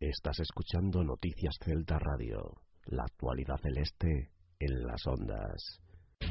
Estás escuchando Noticias Celta Radio, la actualidad celeste en las ondas.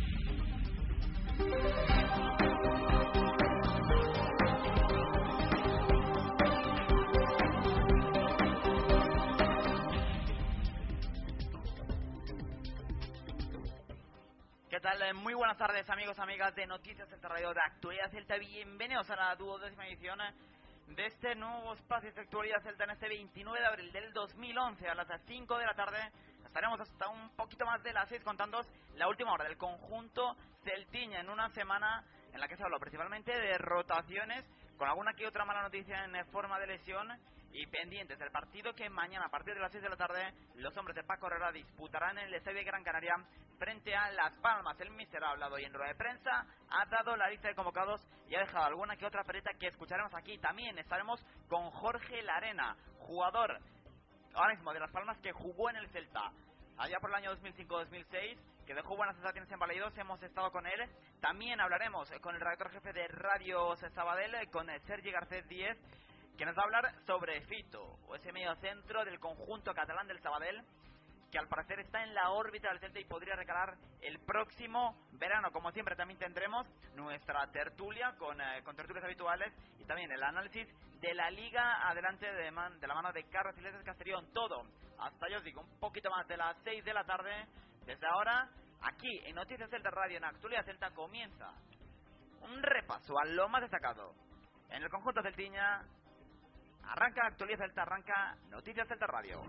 ¿Qué tal? Muy buenas tardes, amigos, amigas de Noticias Celta Radio, de Actualidad Celta. Bienvenidos a la 12ª edición de este nuevo espacio de Actualidad Celta en este 29 de abril del 2011 a las 5 de la tarde. Estaremos hasta un poquito más de las 6 contándoos la última hora del conjunto celtiña en una semana en la que se habló principalmente de rotaciones, con alguna que otra mala noticia en forma de lesión, y pendientes del partido que mañana a partir de las 6 de la tarde los hombres de Paco Herrera disputarán en el estadio de Gran Canaria frente a Las Palmas. El míster ha hablado hoy en rueda de prensa, ha dado la lista de convocados y ha dejado alguna que otra perita que escucharemos aquí. También estaremos con Jorge Larena, jugador ahora mismo de Las Palmas que jugó en el Celta allá por el año 2005-2006, que dejó buenas sensaciones en Balaidos. Hemos estado con él. También hablaremos con el redactor jefe de Radio Sabadell, con Sergi Garcés Díez, que nos va a hablar sobre Fito, o ese medio centro del conjunto catalán del Sabadell, que al parecer está en la órbita del Celta y podría recalar el próximo verano. Como siempre, también tendremos nuestra tertulia con tertulias habituales y también el análisis de la Liga adelante de la mano de Carlos Iglesias Castellón. Todo hasta, yo os digo, un poquito más de las 6 de la tarde. Desde ahora, aquí en Noticias Celta Radio, en Actualidad Celta, comienza un repaso a lo más destacado en el conjunto celtiña. Arranca Actualidad Celta, arranca Noticias Celta Radio.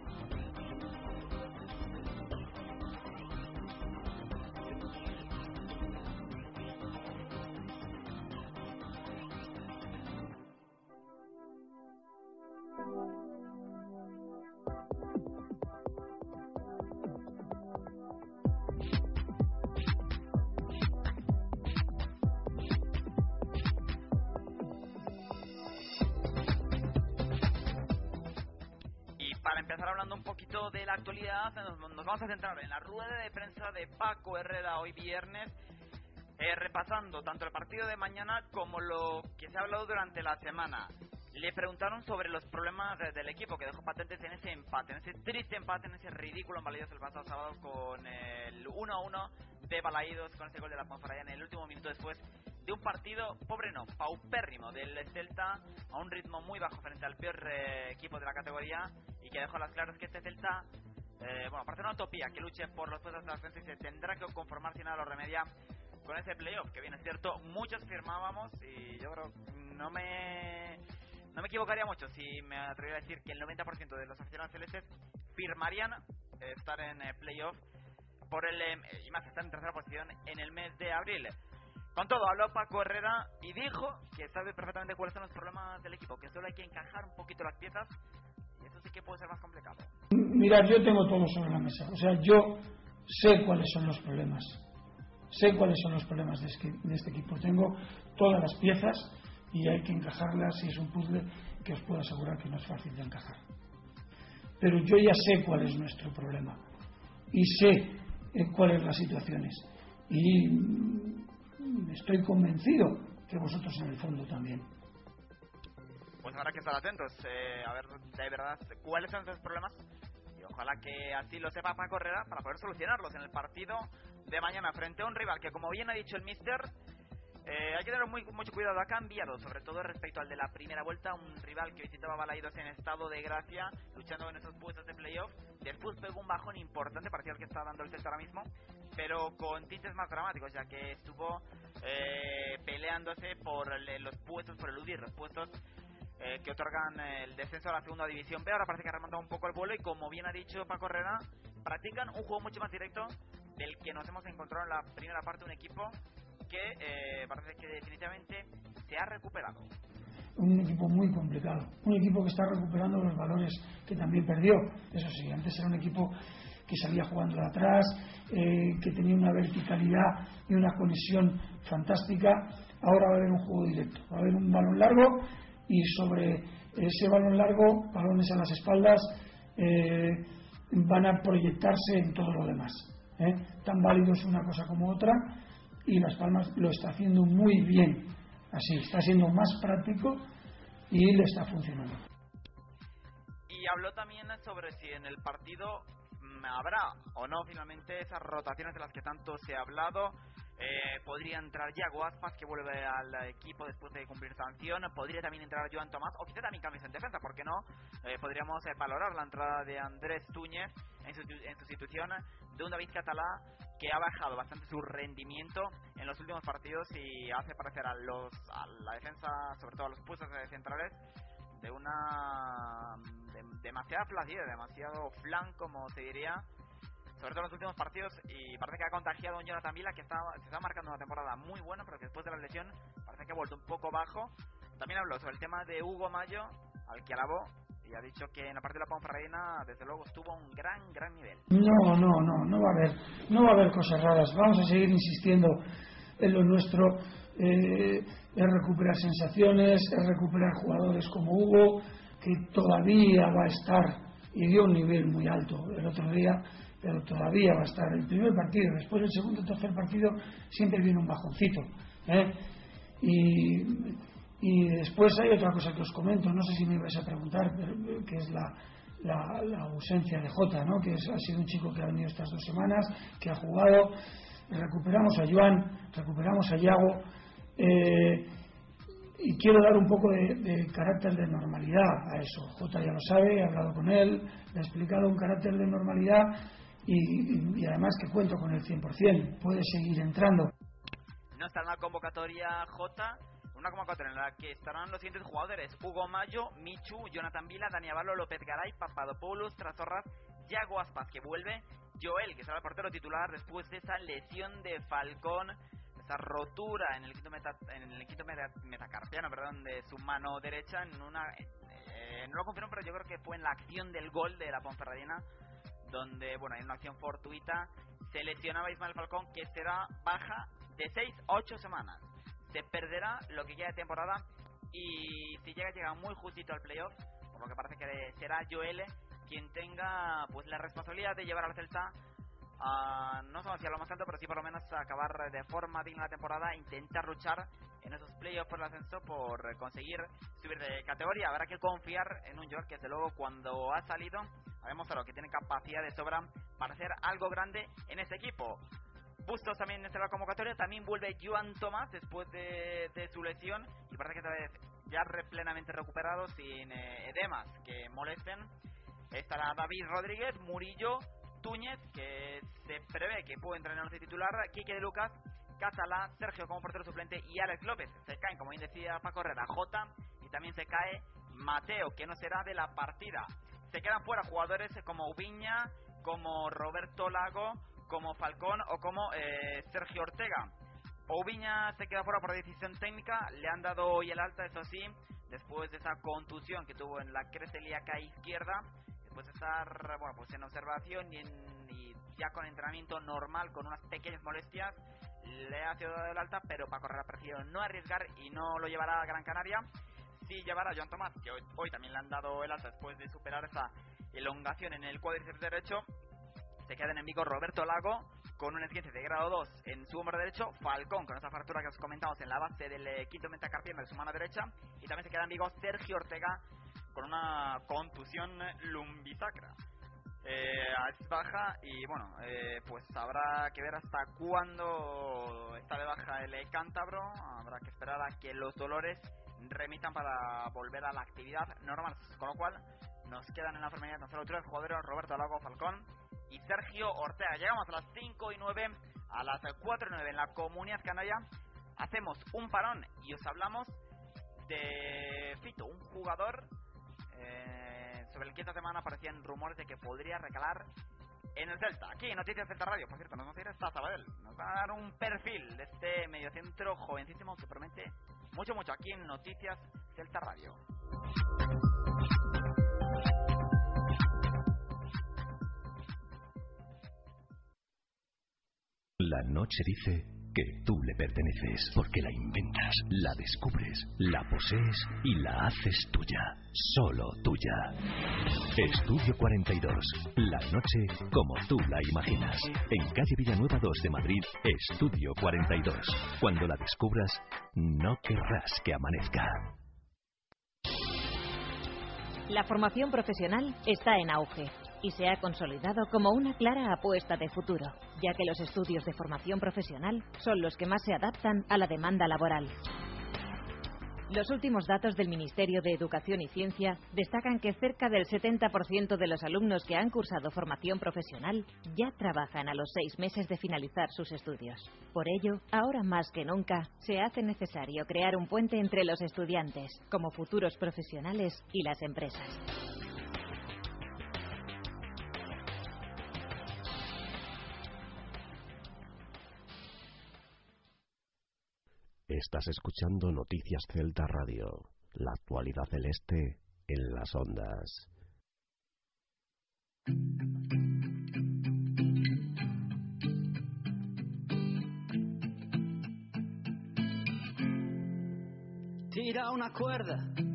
Para empezar hablando un poquito de la actualidad, nos vamos a centrar en la rueda de prensa de Paco Herrera hoy viernes, repasando tanto el partido de mañana como lo que se ha hablado durante la semana. Le preguntaron sobre los problemas del equipo, que dejó patentes en ese empate, en ese triste empate, en ese ridículo en Balaidos el pasado sábado, con el 1-1 de Balaidos, con ese gol de la Ponferrada en el último minuto después de un partido, pobre no, paupérrimo del Celta, a un ritmo muy bajo frente al peor equipo de la categoría, y que dejó a las claras que este Celta, parece una utopía que luche por los puestos de ascenso y se tendrá que conformar si nada lo remedia con ese playoff, que bien es cierto, muchos firmábamos, y yo creo no me equivocaría mucho si me atreviera a decir que el 90% de los aficionados celestes firmarían estar en playoff por y más estar en tercera posición en el mes de abril. Con todo, habló Paco Herrera y dijo que sabe perfectamente cuáles son los problemas del equipo, que solo hay que encajar un poquito las piezas, y eso sí que puede ser más complicado. Mira, yo tengo todo sobre la mesa, o sea, yo sé cuáles son los problemas, de este equipo, tengo todas las piezas y hay que encajarlas, y es un puzzle que os puedo asegurar que no es fácil de encajar. Pero yo ya sé cuál es nuestro problema y sé cuáles las situaciones, y estoy convencido que vosotros en el fondo también. Pues habrá que estar atentos, a ver de verdad cuáles son esos problemas, y ojalá que así lo sepa Paco Herrera para poder solucionarlos en el partido de mañana frente a un rival que, como bien ha dicho el míster, hay que tener mucho cuidado. Ha cambiado, sobre todo respecto al de la primera vuelta, un rival que visitaba Balaidos en estado de gracia, luchando en esos puestos de playoff. Después pegó un bajón importante, parecía el que está dando el Celta ahora mismo, pero con tintes más dramáticos, ya que estuvo peleándose por los puestos, por eludir los puestos que otorgan el descenso a la segunda división B. Ahora parece que ha remontado un poco el vuelo, y como bien ha dicho Paco Herrera, practican un juego mucho más directo del que nos hemos encontrado en la primera parte, un equipo que parece que definitivamente se ha recuperado. Un equipo muy complicado, un equipo que está recuperando los valores que también perdió. Eso sí, antes era un equipo que salía jugando de atrás, que tenía una verticalidad y una conexión fantástica. Ahora va a haber un juego directo, va a haber un balón largo, y sobre ese balón largo, balones a las espaldas, van a proyectarse en todo lo demás. Tan válido es una cosa como otra, y Las Palmas lo está haciendo muy bien. Así, está siendo más práctico y le está funcionando. Y Y habló también sobre si en el partido habrá o no finalmente esas rotaciones de las que tanto se ha hablado. Podría entrar Yago Aspas, que vuelve al equipo después de cumplir sanción. Podría también entrar Joan Tomás, o quizá también cambios en defensa, ¿por qué no? Podríamos valorar la entrada de Andrés Túñez en sustitución de un David Catalá que ha bajado bastante su rendimiento en los últimos partidos y hace parecer a la defensa, sobre todo a los puestos centrales, de una demasiada flacidez, demasiado flan, como se diría, sobre todo en los últimos partidos, y parece que ha contagiado a un Jonathan Vila que se está marcando una temporada muy buena, pero que después de la lesión parece que ha vuelto un poco bajo. También habló sobre el tema de Hugo Mayo, al que alabó, y ha dicho que en la parte de la Ponferradina desde luego estuvo a un gran nivel. No va a haber cosas raras. Vamos a seguir insistiendo en lo nuestro, es recuperar sensaciones, es recuperar jugadores como Hugo, que todavía va a estar, y dio un nivel muy alto el otro día, pero todavía va a estar. El primer partido, después del segundo y tercer partido siempre viene un bajoncito, y después hay otra cosa que os comento, no sé si me ibais a preguntar, que es la ausencia de Jota, ¿no? Que ha sido un chico que ha venido estas 2 semanas, que ha jugado. Recuperamos a Joan, recuperamos a Yago, y quiero dar un poco de carácter de normalidad a eso. Jota ya lo sabe, he hablado con él, le he explicado un carácter de normalidad, y además que cuento con el 100%, puede seguir entrando. No está en la convocatoria Jota, una convocatoria en la que estarán los siguientes jugadores: Hugo Mayo, Michu, Jonathan Vila, Dani Avalo, López Garay, Papadopoulos, Trasorras, Yago Aspas, que vuelve, Joel, que será el portero titular después de esa lesión de Falcón, esa rotura en el quinto metacarpiano, de su mano derecha, no lo confirmo, pero yo creo que fue en la acción del gol de la Ponferradina, donde, hay una acción fortuita, se lesionaba Ismael Falcón, que será baja de 6 a 8 semanas. Se perderá lo que queda de temporada, y si llega muy justito al playoff, por lo que parece que será Joel quien tenga la responsabilidad de llevar al Celta a, no sé si a lo más alto, pero sí por lo menos a acabar de forma digna la temporada, intentar luchar en esos playoffs por el ascenso, por conseguir subir de categoría. Habrá que confiar en un Joel que desde luego cuando ha salido ha demostrado que tiene capacidad de sobra para hacer algo grande en este equipo. Bustos también está en la convocatoria, también vuelve Joan Tomás después de su lesión, y parece que esta vez ya plenamente recuperado, sin edemas que molesten. Estará David Rodríguez, Murillo, Túñez, que se prevé que puede entrar en el once titular, Quique de Lucas, Catalá, Sergio como portero suplente y Alex López. Se caen, como bien decía Paco Herrera, Jota, y también se cae Mateo, que no será de la partida. Se quedan fuera jugadores como Ubiña, como Roberto Lago, como Falcón o como Sergio Ortega. Ubiña se queda fuera por decisión técnica, le han dado hoy el alta, eso sí, después de esa contusión que tuvo en la cresta ilíaca izquierda, después de estar en observación y ya con entrenamiento normal, con unas pequeñas molestias, le ha sido dado el alta, pero Paco Herrera prefirió no arriesgar y no lo llevará a Gran Canaria. Sí llevará a Joan Tomás, que hoy también le han dado el alta después de superar esa elongación en el cuádriceps derecho. Se quedan en Vigo Roberto Lago con un esguince de grado 2 en su hombro derecho, Falcón con esa fractura que os comentamos en la base del quinto metacarpiano de su mano derecha, y también se queda en Vigo Sergio Ortega con una contusión lumbisacra. Es baja y habrá que ver hasta cuándo está de baja el cántabro. Habrá que esperar a que los dolores remitan para volver a la actividad normal, con lo cual nos quedan en la enfermería tan solo 3 jugadores: Roberto Lago, Falcón y Sergio Ortega. Llegamos a las 5:09, a las 4:09 en la Comunidad Canaria. Hacemos un parón y os hablamos de Fito, un jugador sobre el que esta semana aparecían rumores de que podría recalar en el Celta. Aquí en Noticias Celta Radio, por cierto, nos vamos a ir hasta Sabadell. Nos va a dar un perfil de este mediocentro jovencísimo que promete mucho aquí en Noticias Celta Radio. La noche dice que tú le perteneces, porque la inventas, la descubres, la posees y la haces tuya, solo tuya. Estudio 42, la noche como tú la imaginas. En calle Villanueva 2 de Madrid, Estudio 42. Cuando la descubras, no querrás que amanezca. La formación profesional está en auge y se ha consolidado como una clara apuesta de futuro, ya que los estudios de formación profesional son los que más se adaptan a la demanda laboral. Los últimos datos del Ministerio de Educación y Ciencia destacan que cerca del 70% de los alumnos que han cursado formación profesional ya trabajan a los 6 meses de finalizar sus estudios. Por ello, ahora más que nunca, se hace necesario crear un puente entre los estudiantes, como futuros profesionales, y las empresas. Estás escuchando Noticias Celta Radio, la actualidad celeste en las ondas. Tira una cuerda,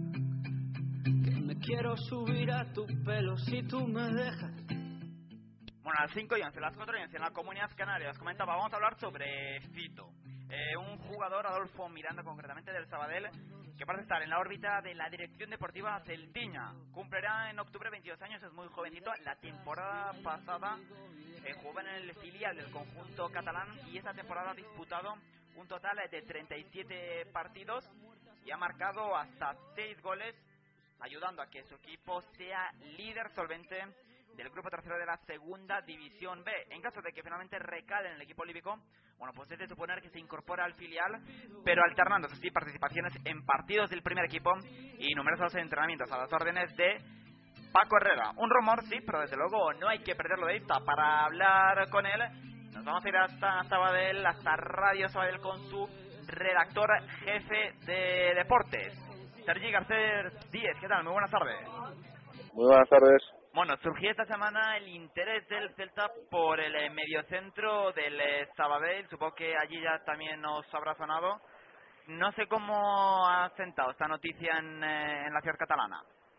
que me quiero subir a tu pelo si tú me dejas. Bueno, a las 5 y 11, las 4 y 11 en la Comunidad Canaria, os comentaba, vamos a hablar sobre Fito. Un jugador, Adolfo Miranda, concretamente del Sabadell, que parece estar en la órbita de la Dirección Deportiva celtiña. Cumplirá en octubre 22 años, es muy jovencito. La temporada pasada jugó en el filial del conjunto catalán y esta temporada ha disputado un total de 37 partidos y ha marcado hasta 6 goles, ayudando a que su equipo sea líder solvente del grupo tercero de la segunda división B. En caso de que finalmente recale en el equipo líbico, bueno, pues es de suponer que se incorpora al filial, pero alternando así participaciones en partidos del primer equipo y numerosos entrenamientos a las órdenes de Paco Herrera. Un rumor, sí, pero desde luego no hay que perderlo de vista. Para hablar con él, nos vamos a ir hasta Sabadell, hasta Radio Sabadell, con su redactor jefe de deportes, Sergi Garcés Díez. ¿Qué tal? Muy buenas tardes. Muy buenas tardes. Bueno, surgió esta semana el interés del Celta por el mediocentro del Sabadell. Supongo que allí ya también nos habrá sonado. No sé cómo ha sentado esta noticia en la ciudad catalana.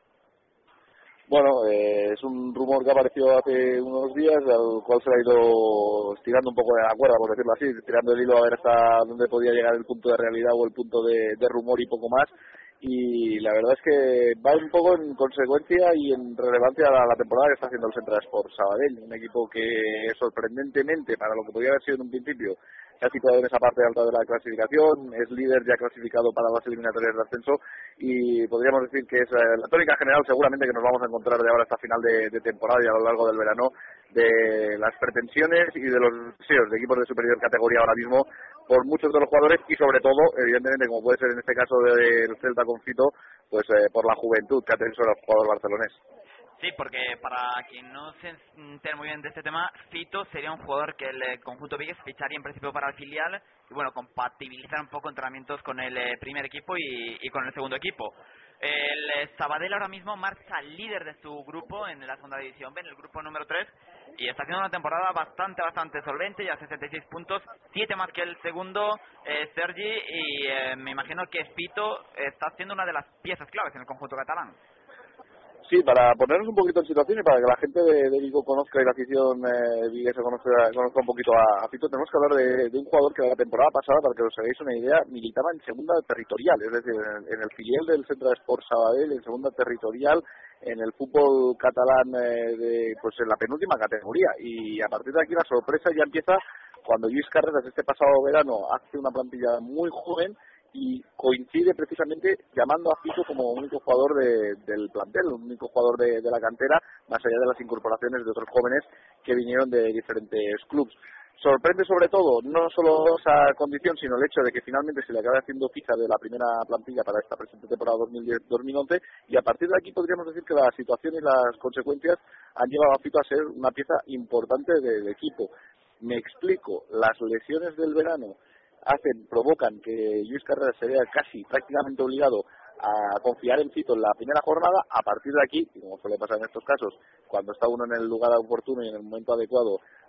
Bueno, es un rumor que apareció hace unos días, al cual se le ha ido estirando un poco de la cuerda, por decirlo así, tirando el hilo a ver hasta dónde podía llegar el punto de realidad o el punto de rumor y poco más. Y la verdad es que va un poco en consecuencia y en relevancia a la temporada que está haciendo el Central Sport Sabadell, un equipo que sorprendentemente, para lo que podía haber sido en un principio, se ha situado en esa parte alta de la clasificación, es líder ya clasificado para las eliminatorias de ascenso y podríamos decir que es la tónica general seguramente que nos vamos a encontrar de ahora hasta final de temporada y a lo largo del verano, de las pretensiones y de los deseos de equipos de superior categoría ahora mismo por muchos de los jugadores y sobre todo, evidentemente, como puede ser en este caso del Celta con Fito, pues por la juventud que ha tenido el jugador barcelonés. Sí, porque para quien no se entere muy bien de este tema, Fito sería un jugador que el conjunto Vigues ficharía en principio para el filial y bueno, compatibilizar un poco entrenamientos con el primer equipo y con el segundo equipo. El Sabadell ahora mismo marcha líder de su grupo en la segunda división B, en el grupo número 3, y está haciendo una temporada bastante solvente, ya 66 puntos, 7 más que el segundo, Sergi, y me imagino que Fito está siendo una de las piezas claves en el conjunto catalán. Sí, para ponernos un poquito en situación y para que la gente de Vigo conozca y la afición viguesa conozca un poquito a Fito, tenemos que hablar de un jugador que la temporada pasada, para que os hagáis una idea, militaba en segunda territorial, es decir, en el filial del Central Sport Sabadell, en segunda territorial, en el fútbol catalán pues en la penúltima categoría. Y a partir de aquí la sorpresa ya empieza cuando Lluís Carreras este pasado verano hace una plantilla muy joven y coincide precisamente llamando a Fito como único jugador del plantel, el único jugador de la cantera, más allá de las incorporaciones de otros jóvenes que vinieron de diferentes clubes. Sorprende sobre todo, no solo esa condición, sino el hecho de que finalmente se le acabe haciendo fija de la primera plantilla para esta presente temporada 2010-2011, y a partir de aquí podríamos decir que la situación y las consecuencias han llevado a Fito a ser una pieza importante del equipo. Me explico, las lesiones del verano provocan que Lluís Carreras se vea casi prácticamente obligado a confiar en Fito en la primera jornada. A partir de aquí, y como suele pasar en estos casos, cuando está uno en el lugar oportuno y en el momento adecuado,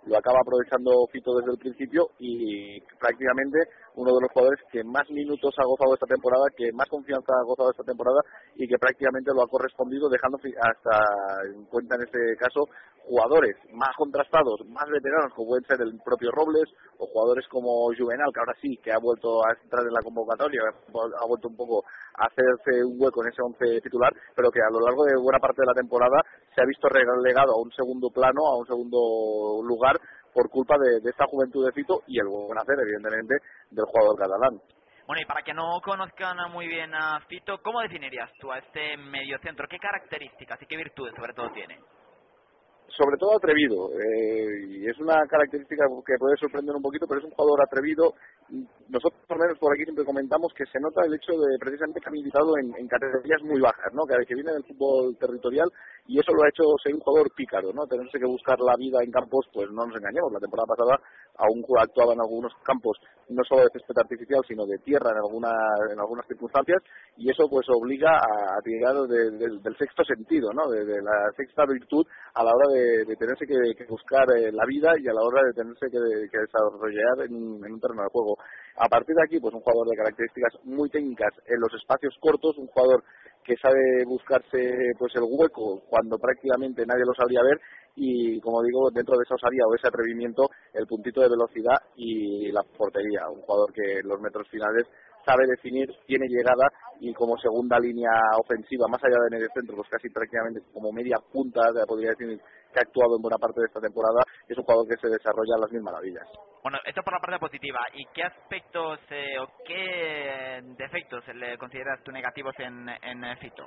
lo acaba aprovechando Fito desde el principio y prácticamente uno de los jugadores que más minutos ha gozado esta temporada, que más confianza ha gozado esta temporada y que prácticamente lo ha correspondido, dejando hasta en cuenta en este caso jugadores más contrastados, más veteranos, como pueden ser el propio Robles, o jugadores como Juvenal, que ahora sí, que ha vuelto a entrar en la convocatoria, ha vuelto un poco a hacerse un hueco en ese 11 titular, pero que a lo largo de buena parte de la temporada se ha visto relegado a un segundo plano, a un segundo lugar, por culpa de esta juventud de Fito y el buen hacer, evidentemente, del jugador catalán. Bueno, y para que no conozcan muy bien a Fito, ¿cómo definirías tú a este mediocentro? ¿Qué características y qué virtudes sobre todo tiene? Sobre todo atrevido, y es una característica que puede sorprender un poquito, pero es un jugador atrevido. Nosotros, por lo menos por aquí, siempre comentamos que se nota el hecho de precisamente que ha militado en categorías muy bajas, ¿no? Que viene del fútbol territorial, y eso lo ha hecho ser un jugador pícaro, ¿no? Tenerse que buscar la vida en campos, pues no nos engañemos, la temporada pasada aún actuaba en algunos campos, no solo de césped artificial, sino de tierra en algunas circunstancias, y eso pues obliga a tirar del sexto sentido, ¿no? De la sexta virtud a la hora de tenerse que buscar la vida y a la hora de tenerse que desarrollar en un terreno de juego. A partir de aquí, pues un jugador de características muy técnicas en los espacios cortos, un jugador que sabe buscarse pues el hueco cuando prácticamente nadie lo sabría ver, y como digo, dentro de esa osadía o ese atrevimiento, el puntito de velocidad y la portería. Un jugador que en los metros finales sabe definir, tiene llegada, y como segunda línea ofensiva, más allá de medio centro, pues casi prácticamente como media punta, podría decir, que ha actuado en buena parte de esta temporada, es un jugador que se desarrolla a las mil maravillas. Bueno, esto por la parte positiva. ¿Y qué aspectos o qué defectos le consideras tú negativos en Fito?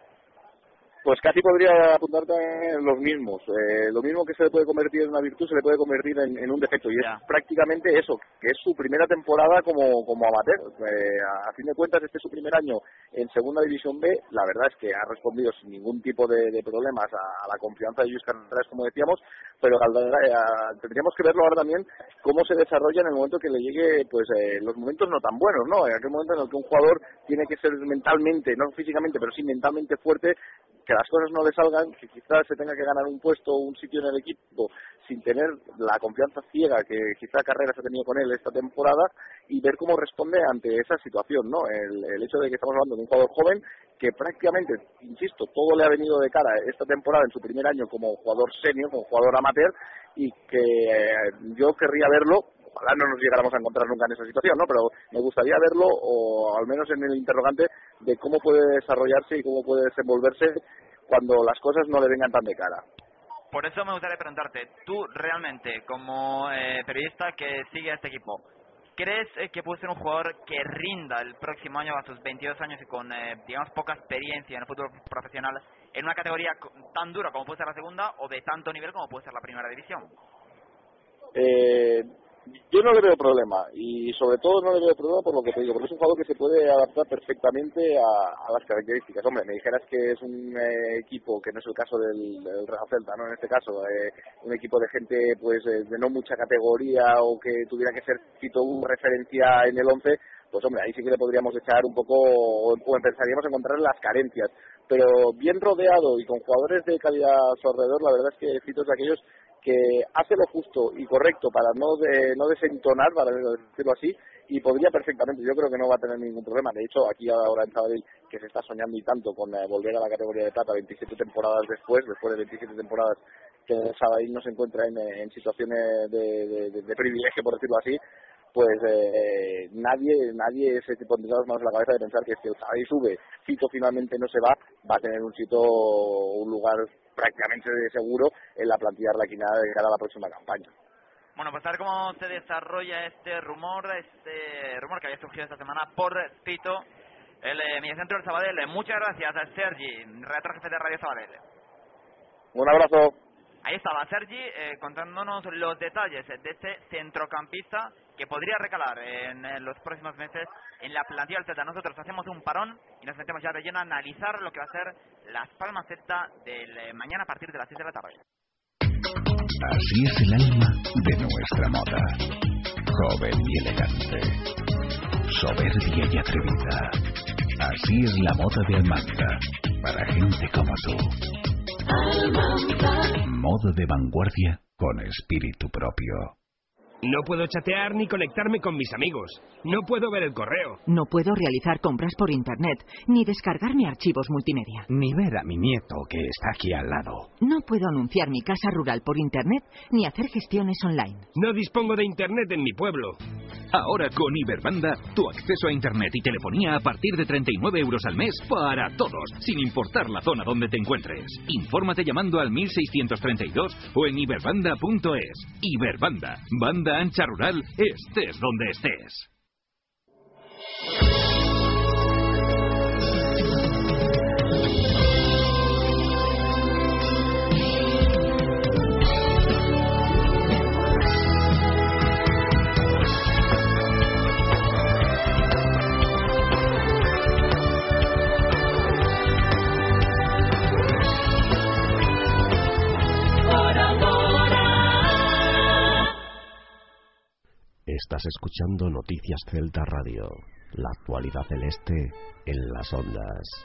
Pues casi podría apuntarte en los mismos. Lo mismo que se le puede convertir en una virtud, se le puede convertir en un defecto. Y es prácticamente eso, que es su primera temporada como amateur. A fin de cuentas, este es su primer año en Segunda División B. La verdad es que ha respondido sin ningún tipo de problemas a la confianza de Lluís Carreras, como decíamos, pero tendríamos que verlo ahora también cómo se desarrolla en el momento que le llegue pues los momentos no tan buenos, ¿no? En aquel momento en el que un jugador tiene que ser mentalmente, no físicamente, pero sí mentalmente fuerte, que las cosas no le salgan, que quizás se tenga que ganar un puesto o un sitio en el equipo sin tener la confianza ciega que quizá Carreras ha tenido con él esta temporada, y ver cómo responde ante esa situación, ¿no? El hecho de que estamos hablando de un jugador joven que prácticamente, insisto, todo le ha venido de cara esta temporada en su primer año como jugador senior, como jugador amateur, y que yo querría verlo. Ojalá no nos llegáramos a encontrar nunca en esa situación, ¿no? Pero me gustaría verlo, o al menos en el interrogante de cómo puede desarrollarse y cómo puede desenvolverse cuando las cosas no le vengan tan de cara. Por eso me gustaría preguntarte, tú realmente, como periodista que sigue a este equipo, ¿crees que puede ser un jugador que rinda el próximo año a sus 22 años y con, digamos, poca experiencia en el fútbol profesional en una categoría tan dura como puede ser la segunda, o de tanto nivel como puede ser la primera división? Yo no le veo problema, y sobre todo no le veo problema por lo que te digo, porque es un jugador que se puede adaptar perfectamente a las características. Hombre, me dijeras que es un equipo, que no es el caso del Real Celta, ¿no? En este caso, un equipo de gente pues de no mucha categoría, o que tuviera que ser Fito una referencia en el 11, pues hombre, ahí sí que le podríamos echar un poco, o empezaríamos a encontrar las carencias. Pero bien rodeado y con jugadores de calidad a su alrededor, la verdad es que Fito es de aquellos que hace lo justo y correcto para no desentonar, para decirlo así, y podría perfectamente, yo creo que no va a tener ningún problema. De hecho, aquí ahora en Sabadell, que se está soñando y tanto con volver a la categoría de plata 27 temporadas después de 27 temporadas que Sabadell no se encuentra en situaciones de privilegio, por decirlo así, pues nadie se pondrá las manos en la cabeza de pensar que si el Sabadell sube, Fito finalmente no se va a tener un lugar prácticamente seguro en la plantilla arlequinada de cara a la próxima campaña. Bueno, pues a ver cómo se desarrolla este rumor que había surgido esta semana por Fito, el mediocentro del Sabadell. Muchas gracias a Sergi, redactor jefe de Radio Sabadell. Un abrazo. Ahí estaba Sergi contándonos los detalles de este centrocampista que podría recalar en los próximos meses en la plantilla del Celta. Nosotros hacemos un parón y nos metemos ya de lleno a analizar lo que va a ser Las Palmas Celta del mañana a partir de las 6 de la tarde. Así es el alma de nuestra moda, joven y elegante, soberbia y atrevida. Así es la moda de Almanza, para gente como tú. Almanza. Moda de vanguardia con espíritu propio. No puedo chatear ni conectarme con mis amigos. No puedo ver el correo. No puedo realizar compras por internet, ni descargarme archivos multimedia. Ni ver a mi nieto, que está aquí al lado. No puedo anunciar mi casa rural por internet, ni hacer gestiones online. No dispongo de internet en mi pueblo. Ahora con Iberbanda, tu acceso a internet y telefonía a partir de 39 euros al mes para todos, sin importar la zona donde te encuentres. Infórmate llamando al 1632 o en iberbanda.es. Iberbanda, banda ancha rural, estés donde estés. Estás escuchando Noticias Celta Radio, la actualidad celeste en las ondas.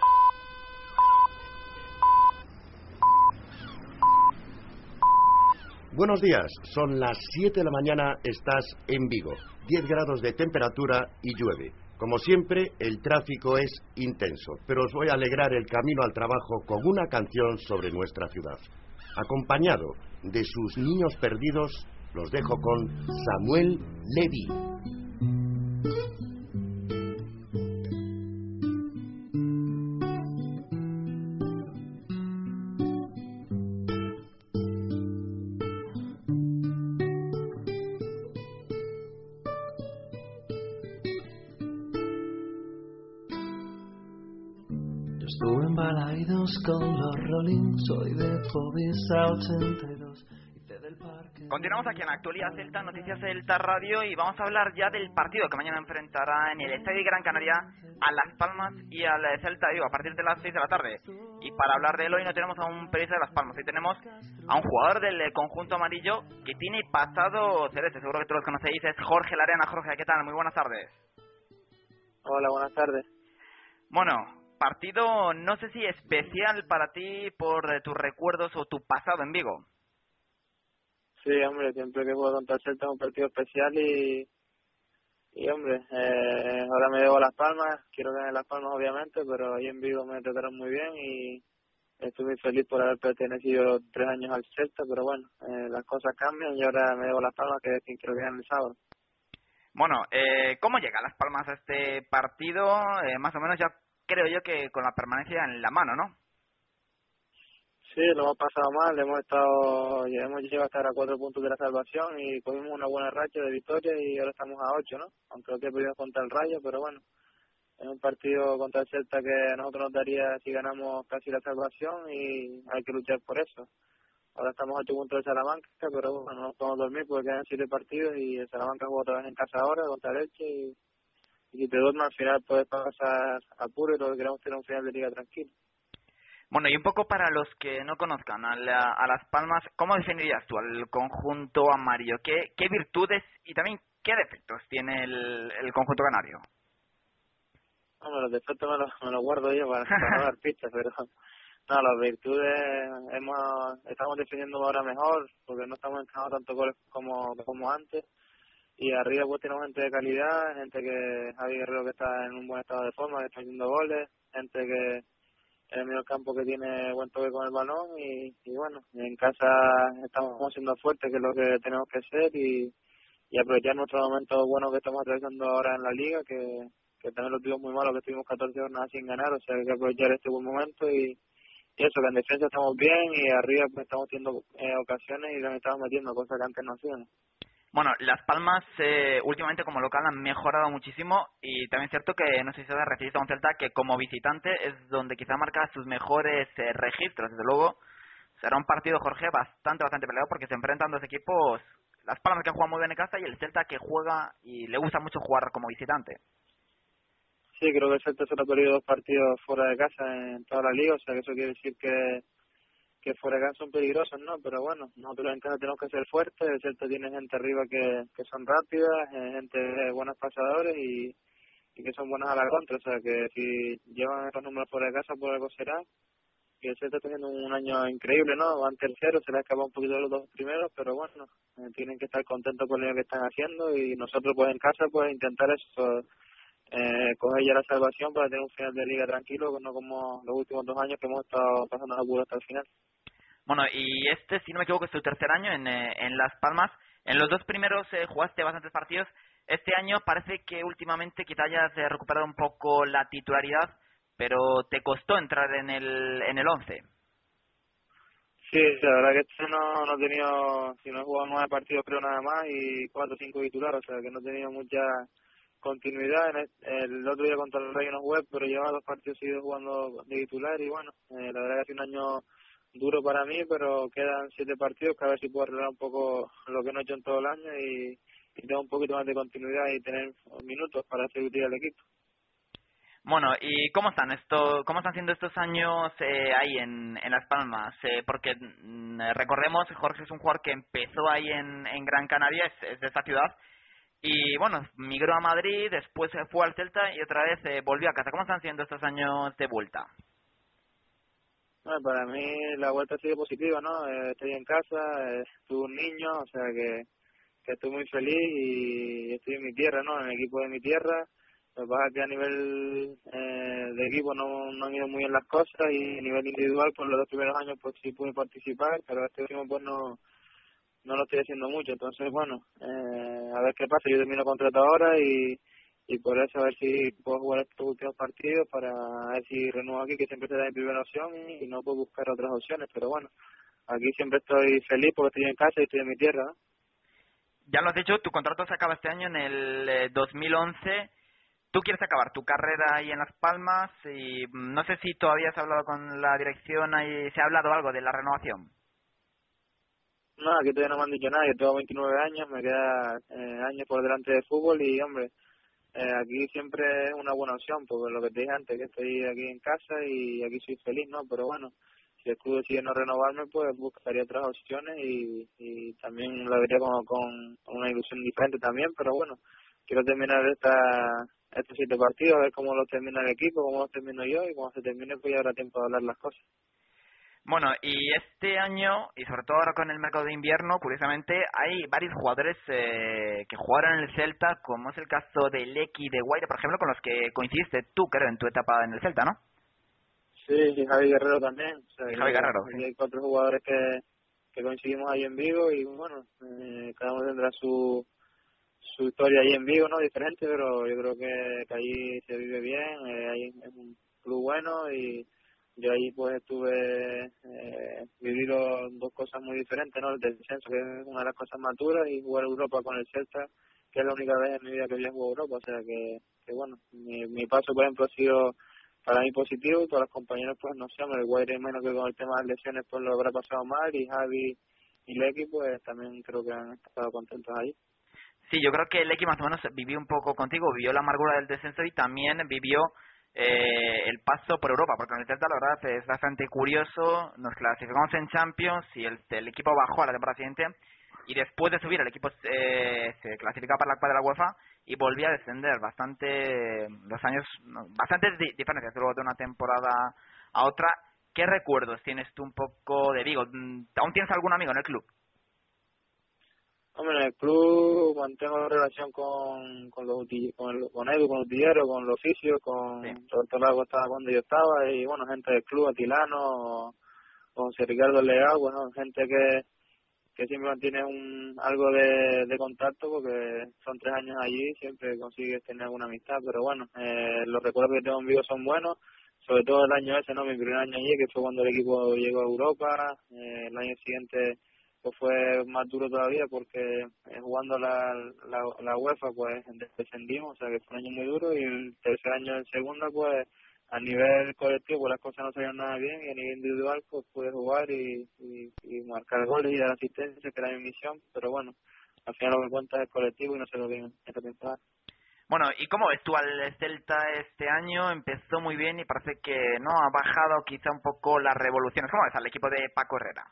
Buenos días, son las 7 de la mañana, estás en Vigo, 10 grados de temperatura y llueve. Como siempre, el tráfico es intenso, pero os voy a alegrar el camino al trabajo con una canción sobre nuestra ciudad. Acompañado de sus niños perdidos, los dejo con Samuel Levy. Yo estuve en Balaidos con los Rolling, soy de Povisa 82. Continuamos aquí en la Actualidad Celta, Noticias Celta Radio, y vamos a hablar ya del partido que mañana enfrentará en el Estadio Gran Canaria a Las Palmas y al Celta Vigo a partir de las 6 de la tarde. Y para hablar de él hoy no tenemos a un periodista de Las Palmas, hoy tenemos a un jugador del conjunto amarillo que tiene pasado celeste, seguro que todos los conocéis, es Jorge Larena. Jorge, ¿qué tal? Muy buenas tardes. Hola, buenas tardes. Bueno, partido no sé si especial para ti por tus recuerdos o tu pasado en Vigo. Sí, hombre, siempre que juego contra el Celta es un partido especial y hombre, ahora me debo a Las Palmas, quiero ganar Las Palmas obviamente, pero ahí en Vigo me trataron muy bien y estoy muy feliz por haber pertenecido 3 años al Celta, pero bueno, las cosas cambian y ahora me debo a Las Palmas, que es quien quiero ganar el sábado. Bueno, ¿cómo llega Las Palmas a este partido? Más o menos ya creo yo que con la permanencia en la mano, ¿no? Sí, lo hemos pasado mal, hemos llegado a estar a 4 puntos de la salvación y cogimos una buena racha de victorias y ahora estamos a 8, ¿no? Aunque hoy perdimos contra el Rayo, pero bueno, es un partido contra el Celta que a nosotros nos daría si ganamos casi la salvación y hay que luchar por eso. Ahora estamos a 8 puntos de Salamanca, pero bueno, no podemos dormir porque quedan 7 partidos y el Salamanca juega otra vez en casa ahora contra el Elche y si te duermes al final puedes pasar apuro y lo que queremos tener un final de liga tranquilo. Bueno, y un poco para los que no conozcan a Las Palmas, ¿cómo definirías tú al conjunto amarillo? ¿Qué virtudes y también qué defectos tiene el conjunto canario? Bueno, los defectos me los guardo yo para no dar pistas, pero no, las virtudes estamos definiendo ahora mejor, porque no estamos entrando tanto goles como antes, y arriba pues tenemos gente de calidad, gente que Javi Guerrero que está en un buen estado de forma, que está haciendo goles, gente que en el medio campo que tiene buen toque con el balón y bueno, en casa estamos siendo fuertes, que es lo que tenemos que ser y aprovechar nuestros momentos buenos que estamos atravesando ahora en la liga, que también lo tuvimos muy malo, que estuvimos 14 jornadas sin ganar, o sea que hay que aprovechar este buen momento y eso, que en defensa estamos bien y arriba pues estamos teniendo ocasiones y las estamos metiendo, cosas que antes no hacíamos. Bueno, Las Palmas últimamente como local han mejorado muchísimo y también es cierto que no sé si se recibiste a un Celta que como visitante es donde quizá marca sus mejores registros. Desde luego será un partido, Jorge, bastante peleado porque se enfrentan dos equipos, Las Palmas que juega muy bien en casa y el Celta que juega y le gusta mucho jugar como visitante. Sí, creo que el Celta solo ha perdido 2 partidos fuera de casa en toda la liga, o sea que eso quiere decir que fuera de casa son peligrosos, ¿no? Pero bueno, nosotros en casa tenemos que ser fuertes, el Celta tiene gente arriba que son rápidas, gente buenos pasadores y que son buenas a la contra, o sea que si llevan estos números fuera de casa por algo será el Celta está haciendo un año increíble, ¿no? Van terceros, se les ha escapado un poquito de los dos primeros, pero bueno, tienen que estar contentos con lo que están haciendo y nosotros pues en casa pues intentar eso, coger ya la salvación para tener un final de liga tranquilo, no como los últimos 2 años que hemos estado pasando la hasta el final. Bueno, y si no me equivoco, es tu tercer año en Las Palmas. En los 2 primeros jugaste bastantes partidos. Este año parece que últimamente quizá hayas recuperado un poco la titularidad, pero te costó entrar en el 11. Sí, la verdad que este no he tenido, si no he jugado 9 partidos creo nada más y 4 o 5 titulares, o sea que no he tenido mucha continuidad. El otro día contra el Rayo no jugué, pero llevaba 2 partidos seguidos jugando de titular y bueno, la verdad que ha sido un año duro para mí, pero quedan 7 partidos que a ver si puedo arreglar un poco lo que no he hecho en todo el año y tengo un poquito más de continuidad y tener minutos para ser útil al equipo. Bueno, ¿y cómo están siendo estos años ahí en Las Palmas? Porque recordemos, Jorge es un jugador que empezó ahí en Gran Canaria, es de esta ciudad, y bueno, migró a Madrid, después fue al Celta y otra vez volvió a casa. ¿Cómo están siendo estos años de vuelta? Bueno, para mí la vuelta ha sido positiva, ¿no? Estoy en casa, tuve un niño, o sea que estoy muy feliz y estoy en mi tierra, ¿no? En el equipo de mi tierra. Lo que pasa es que a nivel de equipo no han ido muy bien las cosas y a nivel individual, por los 2 primeros años pues sí pude participar, pero este último pues no lo estoy haciendo mucho. Entonces, bueno, a ver qué pasa. Yo termino contrato ahora y por eso a ver si puedo jugar estos últimos partidos para ver si renuevo aquí, que siempre será mi primera opción y no puedo buscar otras opciones. Pero bueno, aquí siempre estoy feliz porque estoy en casa y estoy en mi tierra, ¿no? Ya lo has dicho, tu contrato se acaba este año en el 2011. Tú quieres acabar tu carrera ahí en Las Palmas y no sé si todavía has hablado con la dirección y se ha hablado algo de la renovación. No, aquí todavía no me han dicho nada. Yo tengo 29 años, me queda años por delante de fútbol y, hombre, aquí siempre es una buena opción, porque lo que te dije antes, que estoy aquí en casa y aquí soy feliz, ¿no? Pero bueno, si el club decide no renovarme, pues buscaría otras opciones y también la vería con una ilusión diferente también, pero bueno, quiero terminar estos 7 partidos, a ver cómo los termina el equipo, cómo los termino yo y cuando se termine pues ya habrá tiempo de hablar las cosas. Bueno, y este año, y sobre todo ahora con el mercado de invierno, curiosamente, hay varios jugadores que jugaron en el Celta, como es el caso de Lecky y de Guaire, por ejemplo, con los que coincidiste tú, creo, en tu etapa en el Celta, ¿no? Sí, y Javi Guerrero también. O sea, y Javi Guerrero, sí. Hay 4 jugadores que coincidimos ahí en Vigo y bueno, cada uno tendrá su historia ahí en Vigo, ¿no? Diferente, pero yo creo que allí se vive bien, ahí es un club bueno y yo ahí pues estuve vivido 2 cosas muy diferentes, ¿no? El descenso, que es una de las cosas más duras, y jugar Europa con el Celta, que es la única vez en mi vida que había jugado Europa, o sea que bueno, mi paso por ejemplo ha sido para mí positivo y para los compañeros pues no sé, el Guaire menos que con el tema de lesiones pues lo habrá pasado mal y Javi y Lecky pues también creo que han estado contentos ahí. Sí, yo creo que Lecky más o menos vivió un poco contigo, vivió la amargura del descenso y también vivió el paso por Europa, porque en el Celta la verdad es bastante curioso, nos clasificamos en Champions y el equipo bajó a la temporada siguiente y después de subir el equipo se clasificaba para la Copa de la UEFA y volvía a descender bastante diferencias luego de una temporada a otra. ¿Qué recuerdos tienes tú un poco de Vigo? ¿Aún tienes algún amigo en el club? Hombre, en el club mantengo relación con Edu, con los utilleros, con los oficios, con Roberto Lago estaba cuando yo estaba y bueno, gente del club, Atilano, con José Ricardo Leao, bueno, gente que siempre mantiene algo de contacto porque son 3 años allí, siempre consigues tener alguna amistad, pero bueno, los recuerdos que tengo en Vigo son buenos, sobre todo el año ese, ¿no? Mi primer año allí, que fue cuando el equipo llegó a Europa, el año siguiente pues fue más duro todavía porque jugando la UEFA pues descendimos, o sea que fue un año muy duro y el tercer año en segunda pues a nivel colectivo pues las cosas no salieron nada bien y a nivel individual pues pude jugar y marcar goles y dar asistencia, que era mi misión, pero bueno, al final lo que cuenta es el colectivo y no se lo bien esta temporada. Bueno, ¿y cómo ves tú al Celta este año? Empezó muy bien y parece que no ha bajado quizá un poco las revoluciones. ¿Cómo ves al equipo de Paco Herrera?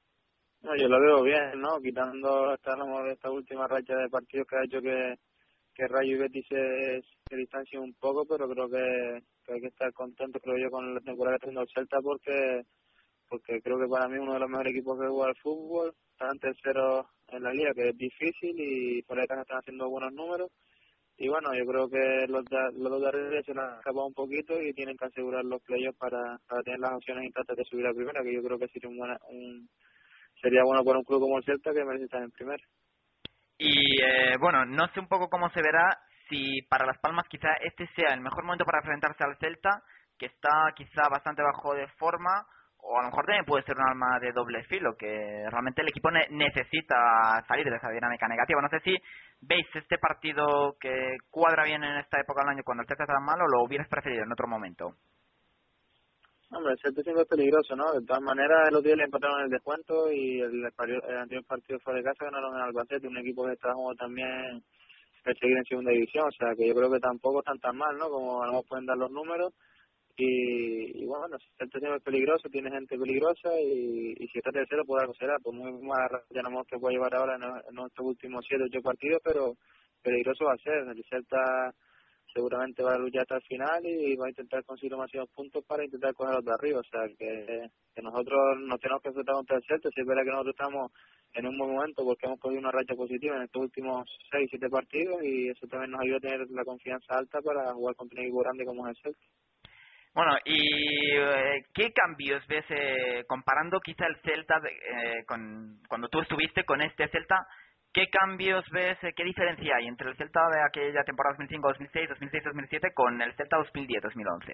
No, yo lo veo bien, ¿no? Quitando esta última racha de partidos que ha hecho que Rayo y Betis se distancien un poco, pero creo que hay que estar contento, creo yo, con la temporada que está haciendo el Celta, porque creo que para mí uno de los mejores equipos que juega al fútbol, están terceros en la liga, que es difícil, y por ahí están haciendo buenos números. Y bueno, yo creo que los dos de arriba se les han escapado un poquito y tienen que asegurar los playoffs para tener las opciones intactas de subir a primera, que yo creo que sería bueno para un club como el Celta, que merece estar en primera. Y bueno, no sé un poco cómo se verá si para Las Palmas quizá este sea el mejor momento para enfrentarse al Celta, que está quizá bastante bajo de forma, o a lo mejor también puede ser un arma de doble filo, que realmente el equipo necesita salir de esa dinámica negativa. No sé si veis este partido que cuadra bien en esta época del año cuando el Celta está tan mal, o lo hubieras preferido en otro momento. Hombre, el Celta siempre es peligroso, ¿no? De todas maneras, los días le empataron en el descuento y el anterior partido fue de casa, ganaron en Albacete, un equipo que está jugando también perseguir en segunda división, o sea que yo creo que tampoco están tan mal, ¿no? Como a lo mejor pueden dar los números. Y bueno, el Celta siempre es peligroso, tiene gente peligrosa y si está tercero puede algo será, pues muy mala ya no que puede llevar ahora en estos últimos 7 o 8 partidos, pero peligroso va a ser. El Celta seguramente va a luchar hasta el final y va a intentar conseguir demasiados puntos para intentar cogerlos de arriba, o sea que nosotros nos tenemos que enfrentar contra el Celta. Si es verdad que nosotros estamos en un buen momento porque hemos cogido una racha positiva en estos últimos 6 7 partidos y eso también nos ayuda a tener la confianza alta para jugar contra un equipo grande como es el Celta. Bueno, ¿y qué cambios ves comparando quizá el Celta con cuando tú estuviste con este Celta? ¿Qué cambios ves, qué diferencia hay entre el Celta de aquella temporada 2005-2006, 2006-2007 con el Celta 2010-2011?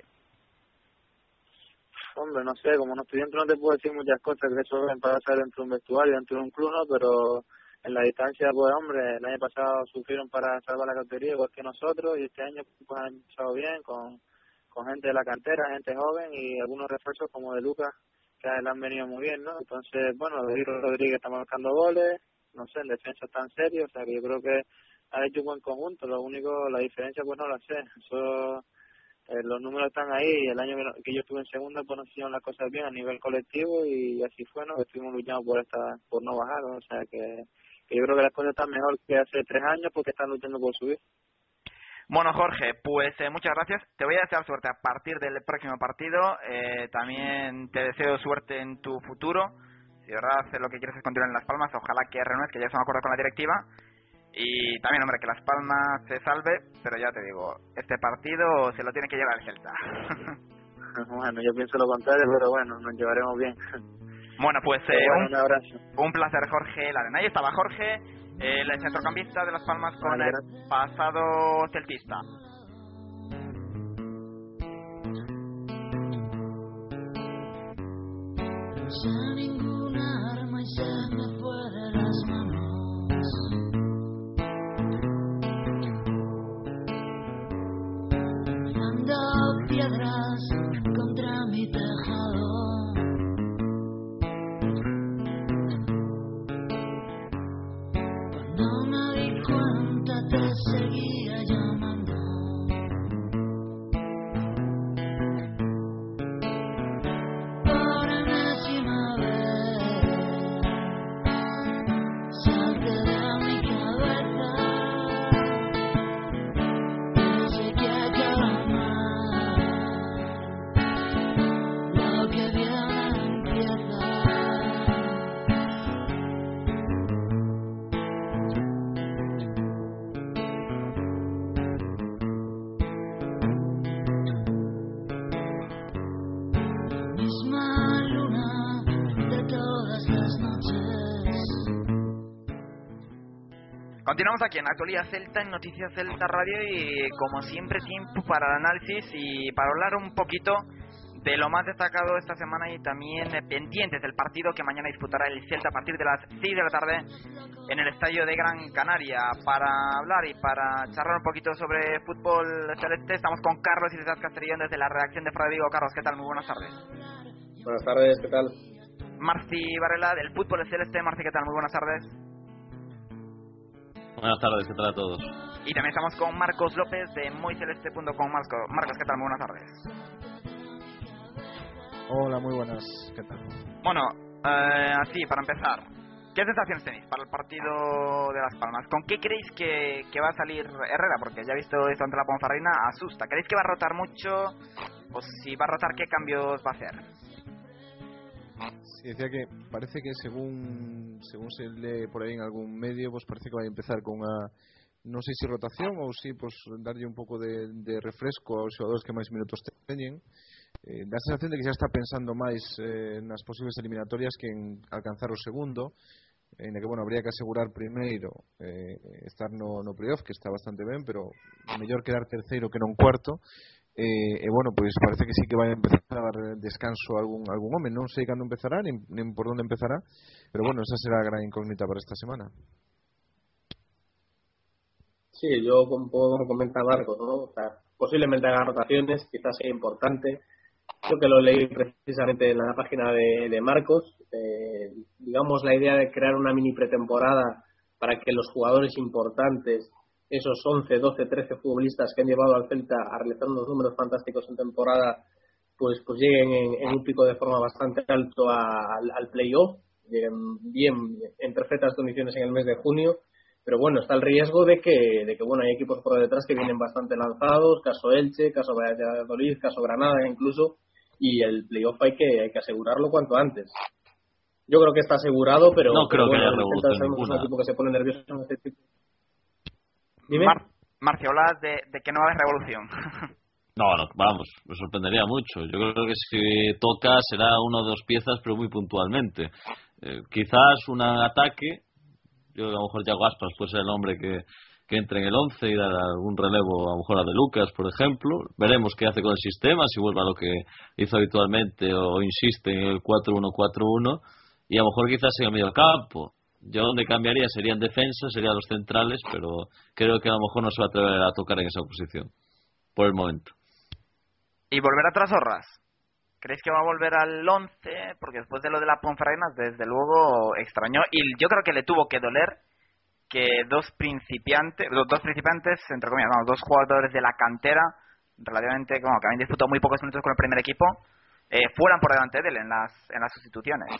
Hombre, no sé, como no estoy dentro no te puedo decir muchas cosas que eso pueden pasar dentro de un vestuario, dentro de un club, ¿no? Pero en la distancia, pues hombre, el año pasado sufrieron para salvar la categoría igual que nosotros y este año pues han empezado bien con gente de la cantera, gente joven y algunos refuerzos como de Lucas que le han venido muy bien, ¿no? Entonces, bueno, David Rodríguez está marcando goles, no sé, en defensa está en serio, o sea que yo creo que ha hecho un buen conjunto, la diferencia pues no la sé, eso, los números están ahí, el año que yo estuve en segunda pues nos hicieron las cosas bien a nivel colectivo y así fue, ¿no? Estuvimos luchando por no bajar, o sea que yo creo que las cosas están mejor que hace 3 años porque están luchando por subir. Bueno, Jorge, pues muchas gracias. Te voy a desear suerte a partir del próximo partido. También te deseo suerte en tu futuro. Si de verdad lo que quieres es continuar en Las Palmas, ojalá que renueves, que ya se me acuerdo con la directiva. Y también, hombre, que Las Palmas se salve, pero ya te digo, este partido se lo tiene que llevar el Celta. Bueno, yo pienso lo contrario, pero bueno, nos llevaremos bien. Bueno, pues un abrazo. Un placer, Jorge Ladena. Ahí estaba Jorge, el centrocampista de Las Palmas con el pasado celtista. No sé ninguna arma y se me fue de las manos. Ando piedras contra mi tejado. Cuando me di cuenta te seguía llamando. Por enésima vez salte de mi cabeza. No sé qué acaba mal. Lo que viene empieza. Misma luna de todas las noches. Continuamos aquí en Actualidad Celta, en Noticias Celta Radio, y como siempre tiempo para el análisis y para hablar un poquito de lo más destacado esta semana y también pendientes del partido que mañana disputará el Celta a partir de las 6 de la tarde en el estadio de Gran Canaria. Para hablar y para charlar un poquito sobre fútbol celeste estamos con Carlos Iglesias Castellón desde la redacción de Frade Vigo. Carlos, ¿qué tal? Muy buenas tardes. Buenas tardes, ¿qué tal? Marci Varela del fútbol celeste. Marci, ¿qué tal? Muy buenas tardes. Buenas tardes, ¿qué tal a todos? Y también estamos con Marcos López de moyceleste.com. Marcos, ¿qué tal? Muy buenas tardes. Hola, muy buenas, ¿qué tal? Bueno, así, para empezar, ¿Qué sensaciones tenéis para el partido de Las Palmas? ¿Con qué creéis que va a salir Herrera? Porque ya he visto esto ante la Ponferradina, asusta. ¿Creéis que va a rotar mucho? O si va a rotar, ¿qué cambios va a hacer? Sí, decía que parece que según se lee por ahí en algún medio, pues parece que va a empezar con una, no sé si rotación o si pues darle un pouco de refresco aos xogadores que máis minutos teñen. Da sensación de que xa está pensando máis nas posibles eliminatorias que en alcanzar o segundo, en que, bueno, habría que asegurar primeiro estar no playoff, que está bastante ben, pero mellor quedar terceiro que non cuarto. Bueno, pois parece que sí que vai a empezar a dar descanso a algún home. Non sei cando empezará, nin por onde empezará, pero bueno, esa será a gran incógnita para esta semana. Sí, yo como comenta Marcos, ¿no? O sea, posiblemente haga rotaciones, quizás sea importante. Creo que lo leí precisamente en la página de Marcos. Digamos, la idea de crear una mini pretemporada para que los jugadores importantes, esos 11, 12, 13 futbolistas que han llevado al Celta a realizar unos números fantásticos en temporada, pues lleguen en un pico de forma bastante alto al playoff, lleguen bien en perfectas condiciones en el mes de junio. Pero bueno, está el riesgo de que bueno, hay equipos por detrás que vienen bastante lanzados, caso Elche, caso Valladolid, caso Granada incluso, y el playoff hay que asegurarlo cuanto antes. Yo creo que está asegurado, pero no creo bueno, que haya revolución sabemos ninguna. Que es un equipo que se pone nervioso en este tipo. Dime. Marcio, hablas de que no va a haber revolución. No, vamos, me sorprendería mucho. Yo creo que si toca será una o dos piezas, pero muy puntualmente. Quizás un ataque. Yo a lo mejor Yago Aspas puede ser el hombre que entre en el 11 y dar algún relevo a lo mejor a De Lucas, por ejemplo. Veremos qué hace con el sistema, si vuelve a lo que hizo habitualmente o insiste en el 4-1-4-1, y a lo mejor quizás en el medio campo. Yo donde cambiaría sería en defensa, serían los centrales, pero creo que a lo mejor no se va a atrever a tocar en esa posición por el momento. ¿Y volver a Trasorras? ¿Creéis que va a volver al 11? Porque después de lo de la Ponferradina, desde luego extrañó. Y yo creo que le tuvo que doler que dos principiantes, entre comillas, no, dos jugadores de la cantera, relativamente, como que habían disputado muy pocos minutos con el primer equipo, fueran por delante de él en las sustituciones.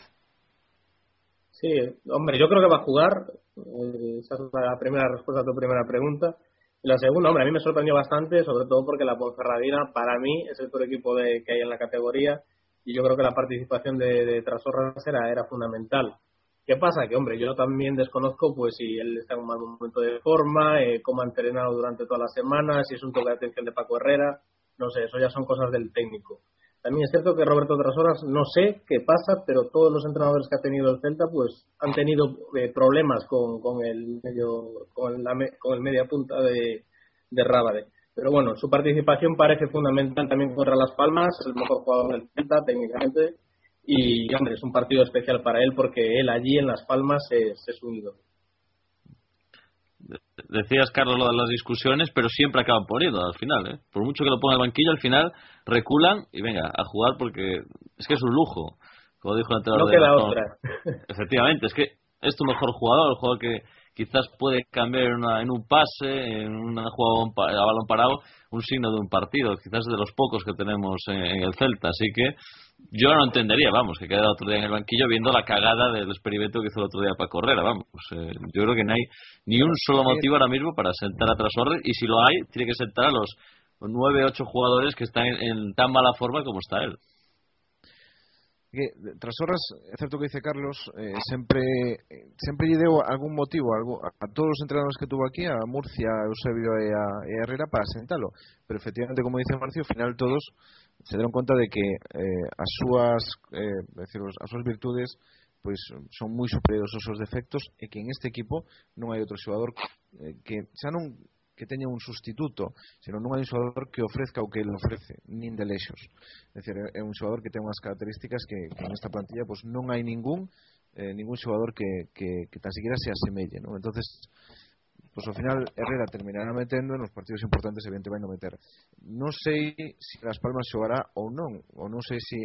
Sí, hombre, yo creo que va a jugar. Esa es la primera respuesta a tu primera pregunta. Y la segunda, hombre, a mí me sorprendió bastante, sobre todo porque la Ponferradina, para mí, es el peor equipo que hay en la categoría, y yo creo que la participación de Trasorras era fundamental. ¿Qué pasa? Que, hombre, yo también desconozco pues si él está en un mal momento de forma, cómo ha entrenado durante toda la semana, si es un toque de atención de Paco Herrera, no sé, eso ya son cosas del técnico. También es cierto que Roberto Trasorras, no sé qué pasa, pero todos los entrenadores que ha tenido el Celta pues han tenido problemas con el media punta de Rábade. Pero bueno, su participación parece fundamental también contra Las Palmas, es el mejor jugador del Celta técnicamente, y hombre, es un partido especial para él porque él allí en Las Palmas es su ídolo. Decías, Carlos, lo de las discusiones, pero siempre acaban poniendo al final, ¿eh? Por mucho que lo ponga el banquillo, al final reculan y venga a jugar porque es que es un lujo, como dijo el entrenador. No queda otra. Efectivamente, es que es tu mejor jugador, el jugador que quizás puede cambiar en un pase, en una jugada a balón parado, un signo de un partido, quizás de los pocos que tenemos en el Celta, así que yo no entendería, vamos, que queda otro día en el banquillo viendo la cagada del experimento que hizo el otro día para correr, vamos, yo creo que no hay ni un solo motivo ahora mismo para sentar a Trasorras, y si lo hay, tiene que sentar a los 9 8 jugadores que están en tan mala forma como está él. Que Trasorras, é certo que dice Carlos, sempre lle deu algún motivo a todos os entrenadores que tuvo aquí, a Murcia, a Eusebio e a Herrera, para sentalo, pero efectivamente, como dice Marcio, ao final todos se deron conta de que as súas virtudes pois son moi superiores aos seus defectos, e que en este equipo non hai outro xogador que xa non que teña un sustituto, senón non hai un xogador que ofrezca o que ele ofrece, nin de lexos. É dicir, é un xogador que ten unhas características que en esta plantilla pues non hai ningún xogador que tan siquiera se asemelle, ¿no? Entonces, pues ao final Herrera terminará metendo, en os partidos importantes evidentemente vai non meter. Non sei se Las Palmas xogará ou non sei se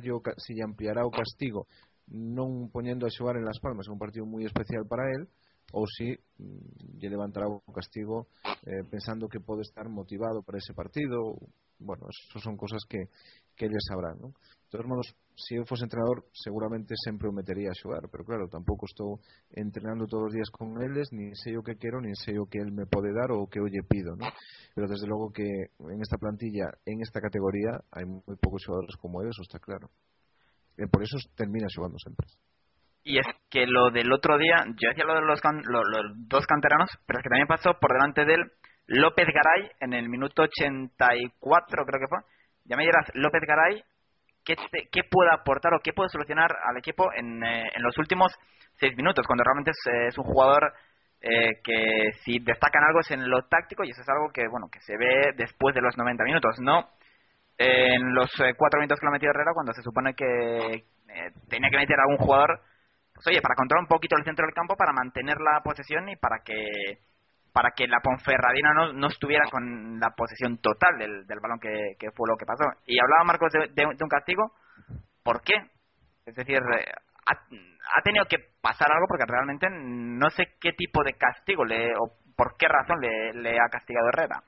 lle ampliará o castigo non poñendo a xogar en Las Palmas, é un partido moi especial para él, ou si lle levantará un castigo pensando que pode estar motivado para ese partido. Bueno, eso son cosas que eles sabrán, ¿no? De todos modos, se eu fose entrenador seguramente sempre o metería a xogar, pero claro, tampouco estou entrenando todos os días con eles, nin sei o que quero, nin sei o que el me pode dar ou o que eu lle pido, ¿no? Pero desde logo que en esta plantilla, en esta categoría, hai moi poucos xogadores como eles, está claro. E por eso termina xogando sempre. Y es que lo del otro día, yo decía lo de los dos canteranos, pero es que también pasó por delante de él López Garay en el minuto 84, creo que fue. Ya me dirás, López Garay, ¿qué puede aportar o qué puede solucionar al equipo en los últimos 6 minutos? Cuando realmente es un jugador que si destacan algo es en lo táctico, y eso es algo que bueno que se ve después de los 90 minutos, no en los 4 minutos que lo ha metido Herrera, cuando se supone que tenía que meter a algún jugador, pues oye, para controlar un poquito el centro del campo, para mantener la posesión y para que la Ponferradina no estuviera con la posesión total del balón, que fue lo que pasó. Y hablaba Marcos de un castigo. ¿Por qué? Es decir, ha tenido que pasar algo, porque realmente no sé qué tipo de castigo o por qué razón le ha castigado Herrera.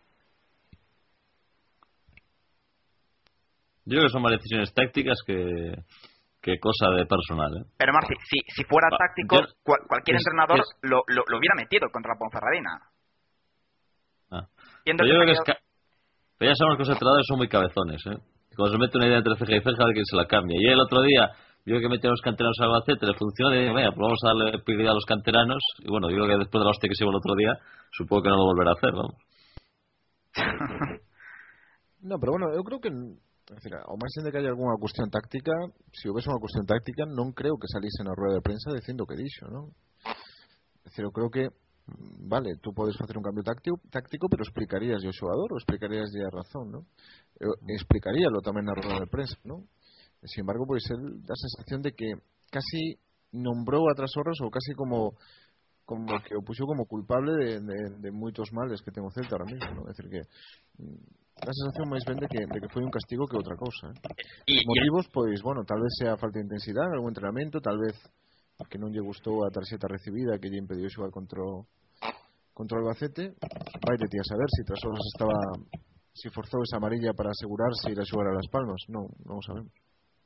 Yo creo que son más decisiones tácticas que cosa de personal, ¿eh? Pero Marci, si fuera táctico, cualquier entrenador lo hubiera metido contra la Ponferradina. Pero yo creo que pero ya sabemos que los entrenadores son muy cabezones, ¿eh? Cuando se mete una idea entre ceja y ceja, de que se la cambia. Y el otro día vio que metió a los canteranos al Albacete, le funcionó, y dijo, venga, pues vamos a darle prioridad a los canteranos. Y bueno, yo creo que después de la hostia que se llevó el otro día, supongo que no lo volverá a hacer, vamos. No, pero bueno, eu creo que, é dicir, ao marxen de que haya algunha cuestión táctica, se houvese unha cuestión táctica, non creo que salise na rueda de prensa dicindo que dixo, non? É dicir, eu creo que vale, tú podes facer un cambio táctico, pero explicarías ao xogador ou explicarías a razón, non? Eu explicaríalo tamén na rueda de prensa, non? Sin embargo, pois el dá a sensación de que casi nombrou a Trasorras ou casi como que o puxou como culpable de moitos males que ten o Celta ahora mesmo, non? É dicir, que a sensación máis ben de que foi un castigo que outra cousa, Os motivos, pois, bueno, tal vez sea falta de intensidade en algún entrenamento, tal vez que non lle gustou a tarxeta recibida que lle impediu xogar contra o Albacete. Vai de ti a saber si Trasorras si forzou esa amarilla para asegurarse ir a xogar a Las Palmas. Non o sabemos.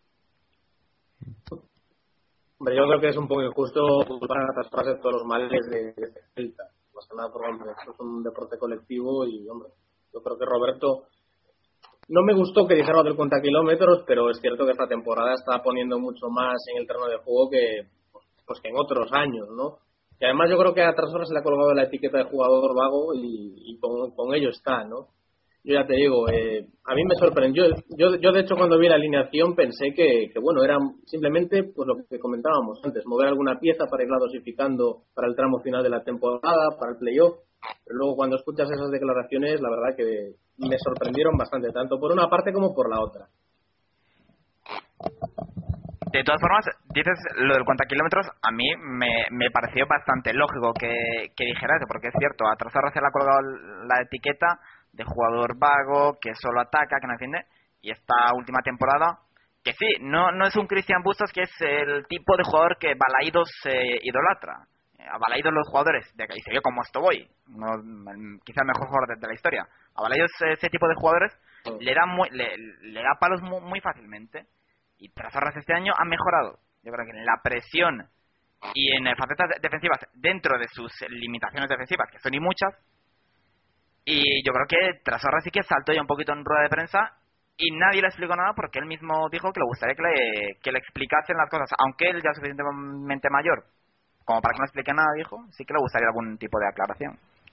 Hombre, yo creo que es un poco injusto culpar a Trasorras de todos los males de Celta. Más que nada porque, hombre, esto es un deporte colectivo y, hombre, yo creo que Roberto, no me gustó que dijera del cuenta kilómetros, pero es cierto que esta temporada está poniendo mucho más en el terreno de juego que en otros años, ¿no? Y además yo creo que a Trasorras se le ha colgado la etiqueta de jugador vago y con ello está, ¿no? Yo ya te digo, a mí me sorprendió. Yo de hecho cuando vi la alineación pensé que bueno, era simplemente pues lo que comentábamos antes, mover alguna pieza para irla dosificando para el tramo final de la temporada, para el playoff. Pero luego cuando escuchas esas declaraciones, la verdad que me sorprendieron bastante, tanto por una parte como por la otra. De todas formas, dices lo del cuentakilómetros, a mí me pareció bastante lógico que dijera eso, porque es cierto, a Trasorras se le ha colgado la etiqueta de jugador vago, que solo ataca, que no defiende, y esta última temporada, que sí, no es un Cristian Bustos, que es el tipo de jugador que Balaídos idolatra. A Balaídos los jugadores, y se vio como Estoboy, quizá el mejor jugador de la historia. A Balaídos ese tipo de jugadores le da palos muy fácilmente. Y Trasorras este año ha mejorado. Yo creo que en la presión y en facetas defensivas dentro de sus limitaciones defensivas, que son y muchas. Y yo creo que Trasorras sí que saltó ya un poquito en rueda de prensa y nadie le explicó nada, porque él mismo dijo que le gustaría que le explicasen las cosas, aunque él ya es suficientemente mayor como para que no explique nada, dijo, sí que le gustaría algún tipo de aclaración.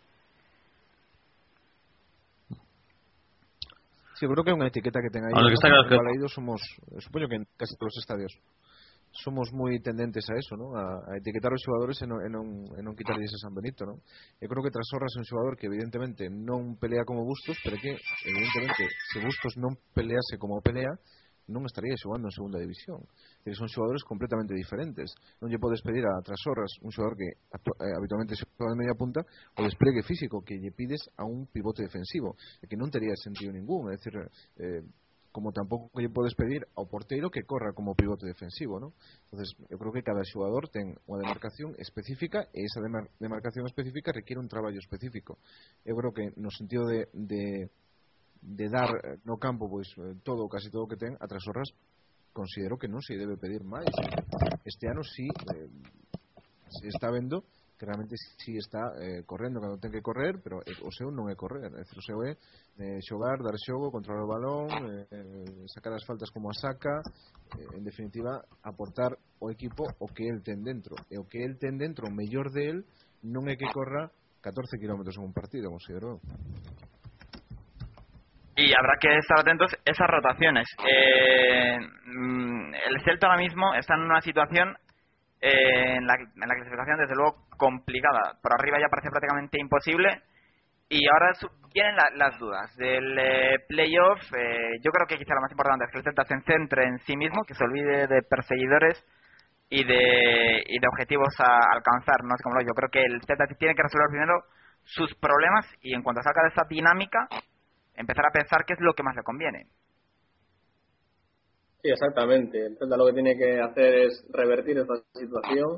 Sí, creo que é unha etiqueta que ten aí. Balaídos somos, supoño que en casi todos os estadios somos moi tendentes a eso, ¿no? A etiquetar os xogadores e non quitarlles a San Benito, ¿no? Eu creo que Trasorras é un xogador que evidentemente non pelea como Bustos, pero que evidentemente se Bustos non pelease como pelea, non estaría xogando en segunda división. Son xogadores completamente diferentes. Non lle podes pedir a Trasorras, un xogador que habitualmente xoga de media punta, o despliegue físico que lle pides a un pivote defensivo, que non tería sentido ningún. É dicir, como tampouco lle podes pedir ao porteiro que corra como pivote defensivo, ¿no? Entonces, eu creo que cada xogador ten unha demarcación específica e esa demarcación específica requiere un traballo específico. Eu creo que no sentido de dar no campo pois todo, casi todo o que ten, a Trasorras considero que non se debe pedir máis. Este ano sí se está vendo que realmente sí está correndo cando ten que correr, pero o seu non é correr, é dicir, o seu é xogar, dar xogo, controlar o balón, sacar as faltas como a saca, en definitiva aportar ao equipo o que el ten dentro, e o que el ten dentro, o mellor de el non é que corra 14 kilómetros en un partido, considero. Y habrá que estar atentos a esas rotaciones. El Celta ahora mismo está en una situación en la clasificación, desde luego, complicada. Por arriba ya parece prácticamente imposible. Y ahora vienen las dudas del playoff. Yo creo que quizá lo más importante es que el Celta se centre en sí mismo, que se olvide de perseguidores y de objetivos a alcanzar. No sé cómo yo creo que el Celta tiene que resolver primero sus problemas y en cuanto salga de esa dinámica, empezar a pensar qué es lo que más le conviene. Sí, exactamente. El Celta lo que tiene que hacer es revertir esta situación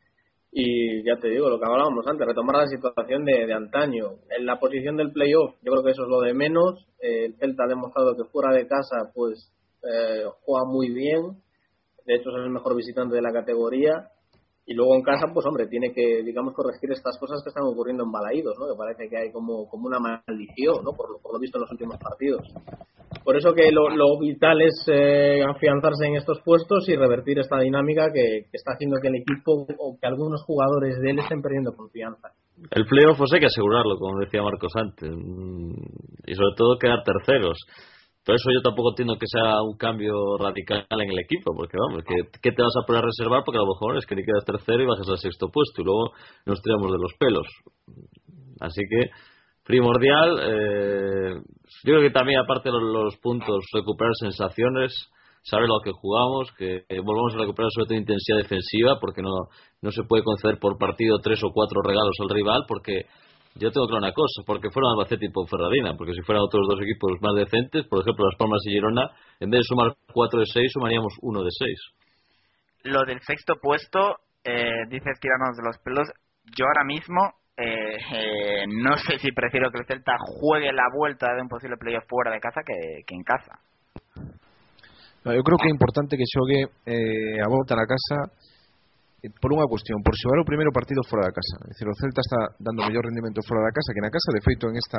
y, ya te digo, lo que hablábamos antes, retomar la situación de antaño. En la posición del playoff, yo creo que eso es lo de menos. El Celta ha demostrado que fuera de casa pues juega muy bien. De hecho, es el mejor visitante de la categoría. Y luego en casa, pues hombre, tiene que, digamos, corregir estas cosas que están ocurriendo en Balaídos, ¿no? Que parece que hay como una maldición, ¿no? Por lo visto en los últimos partidos. Por eso que lo vital es afianzarse en estos puestos y revertir esta dinámica que está haciendo que el equipo o que algunos jugadores de él estén perdiendo confianza. El playoff pues hay que asegurarlo, como decía Marcos antes, y sobre todo quedar terceros. Por eso yo tampoco entiendo que sea un cambio radical en el equipo, porque vamos, ¿qué te vas a poner a reservar? Porque a lo mejor es que ni quedas tercero y bajas al sexto puesto y luego nos tiramos de los pelos. Así que primordial, yo creo que también aparte de los puntos, recuperar sensaciones, saber lo que jugamos, que volvamos a recuperar sobre todo intensidad defensiva, porque no se puede conceder por partido 3 o 4 regalos al rival, porque yo tengo claro una cosa, porque fueron Albacete y Ponferradina, porque si fueran otros dos equipos más decentes, por ejemplo Las Palmas y Girona, en vez de sumar 4 de 6, sumaríamos 1 de 6. Lo del sexto puesto, dices tirarnos de los pelos, yo ahora mismo no sé si prefiero que el Celta juegue la vuelta de un posible playoff fuera de casa que en casa. No, yo creo que é importante que xogue a volta na casa por unha cuestión, por xogar o primeiro partido fora da casa. É dicir, o Celta está dando mellor rendimento fora da casa que na casa. De feito, en esta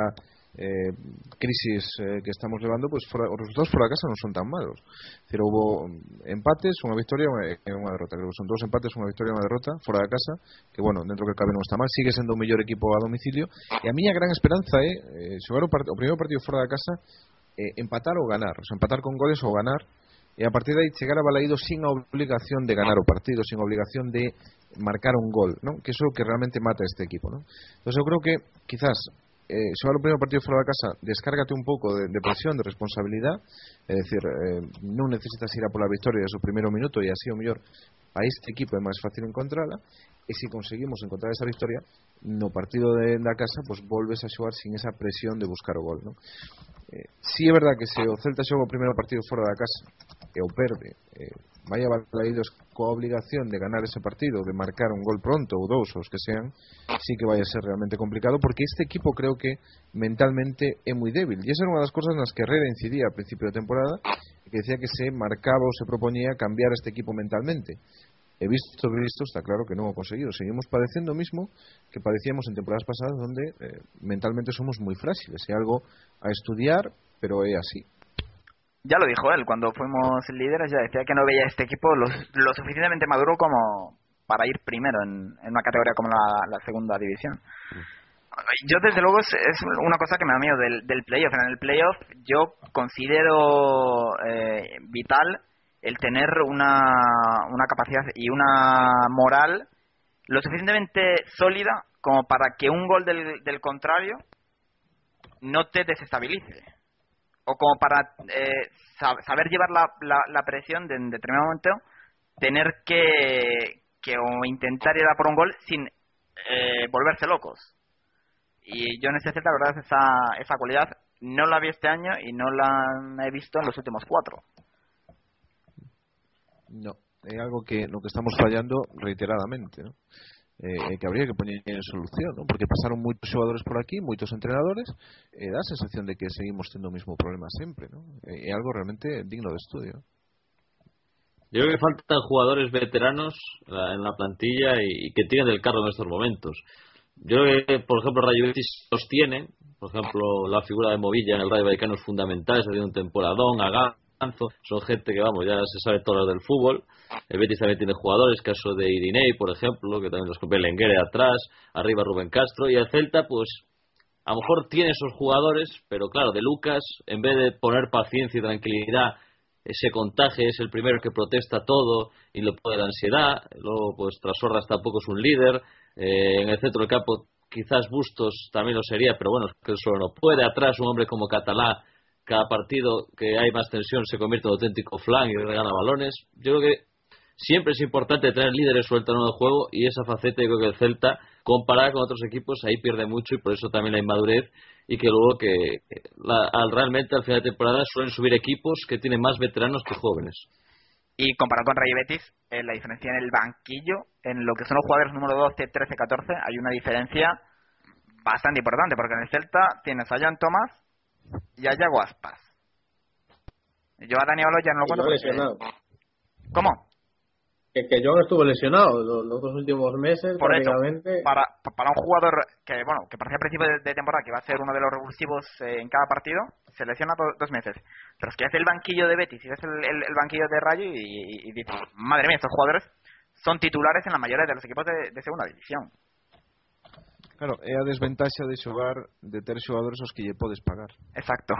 crisis que estamos levando, pues os resultados fora da casa non son tan malos. É dicir, houve empates, unha victoria e unha derrota. Creo que son 2 empates, unha victoria e unha derrota fora da casa, que bueno, dentro que cabe non está mal. Sigue sendo o mellor equipo a domicilio. E a miña gran esperanza é xogar o primeiro partido fora da casa, empatar ou ganar. O sea, empatar con goles ou ganar. E a partir de aí chegar a Balaídos sin a obligación de ganar o partido, sin a obligación de marcar un gol, ¿no? Que eso é o que realmente mata a este equipo, ¿no? Entonces eu creo que quizás xogar o primeiro partido fora da casa, descárgate un pouco de presión, de responsabilidade, é dicir, non necesitas ir a pola victoria desde o primeiro minuto e así o mellor a este equipo é máis fácil encontrala, e se conseguimos encontrar esa victoria no partido da casa, pues volves a xogar sin esa presión de buscar o gol, ¿no? Si é verdad que se o Celta xoga o primeiro partido fora da casa e o perde, vai a Balaídos coa obligación de ganar ese partido, de marcar un gol pronto ou 2 os que sean, sí que vai a ser realmente complicado, porque este equipo creo que mentalmente é moi débil, e esa era unha das cosas nas que Herrera incidía al principio da temporada, que decía que se marcaba ou se proponía cambiar a este equipo mentalmente. He visto, está claro que non o conseguido. Seguimos padecendo o mismo que padecíamos en temporadas pasadas, donde mentalmente somos moi frágiles. É algo a estudiar, pero é así. Ya lo dijo él, cuando fuimos líderes ya decía que no veía este equipo lo suficientemente maduro como para ir primero en una categoría como la segunda división. Yo desde luego es una cosa que me da miedo del playoff. En el playoff yo considero vital el tener una capacidad y una moral lo suficientemente sólida como para que un gol del contrario no te desestabilice, o como para saber llevar la presión de en determinado momento, tener que o intentar ir a por un gol sin volverse locos. Y yo en ese Celta, la verdad, esa cualidad no la vi este año y no la he visto en los últimos 4. No, es algo que lo que estamos fallando reiteradamente, ¿no? Que habría que poner en solución, ¿no? Porque pasaron muchos jugadores por aquí, muchos entrenadores, da sensación de que seguimos teniendo el mismo problema siempre, ¿no? Es algo realmente digno de estudio. Yo creo que faltan jugadores veteranos en la plantilla y que tiren del carro en estos momentos. Yo creo que, por ejemplo, Rayo Betis los tiene. Por ejemplo, la figura de Movilla en el Rayo Vallecano es fundamental. Está haciendo un temporadón, Aganzo. Son gente que, vamos, ya se sabe todo lo del fútbol. El Betis también tiene jugadores, caso de Irinei, por ejemplo, que también los compra Lenguere atrás. Arriba Rubén Castro. Y el Celta, pues, a lo mejor tiene esos jugadores, pero claro, de Lucas, en vez de poner paciencia y tranquilidad, ese contagia, es el primero que protesta todo y le pone la ansiedad. Luego, pues, Trasorras tampoco es un líder. En el centro del campo quizás Bustos también lo sería, pero bueno, que solo no puede. Atrás un hombre como Catalá, cada partido que hay más tensión se convierte en auténtico flan y regala balones. Yo creo que siempre es importante tener líderes sobre el terreno de juego, y esa faceta yo creo que el Celta, comparada con otros equipos, ahí pierde mucho, y por eso también la inmadurez, y que luego que realmente al final de temporada suelen subir equipos que tienen más veteranos que jóvenes. Y comparado con Rayo Betis, la diferencia en el banquillo, en lo que son los jugadores número 12, 13, 14, hay una diferencia bastante importante, porque en el Celta tienes a Jan Tomás y a Yago Aspas. Yo a Dani Olmo ya no lo cuento porque... ¿Cómo? Que John estuvo lesionado los 2 últimos meses. Por prácticamente. Eso, para un jugador que parecía al principio de temporada que iba a ser uno de los revulsivos en cada partido, se lesiona 2 meses. Pero es que hace el banquillo de Betis y hace el banquillo de Rayo y dices, madre mía, estos jugadores son titulares en la mayoría de los equipos de segunda división. Claro, é a desventaxa de xogar, de ter xogadores aos que lle podes pagar. Exacto.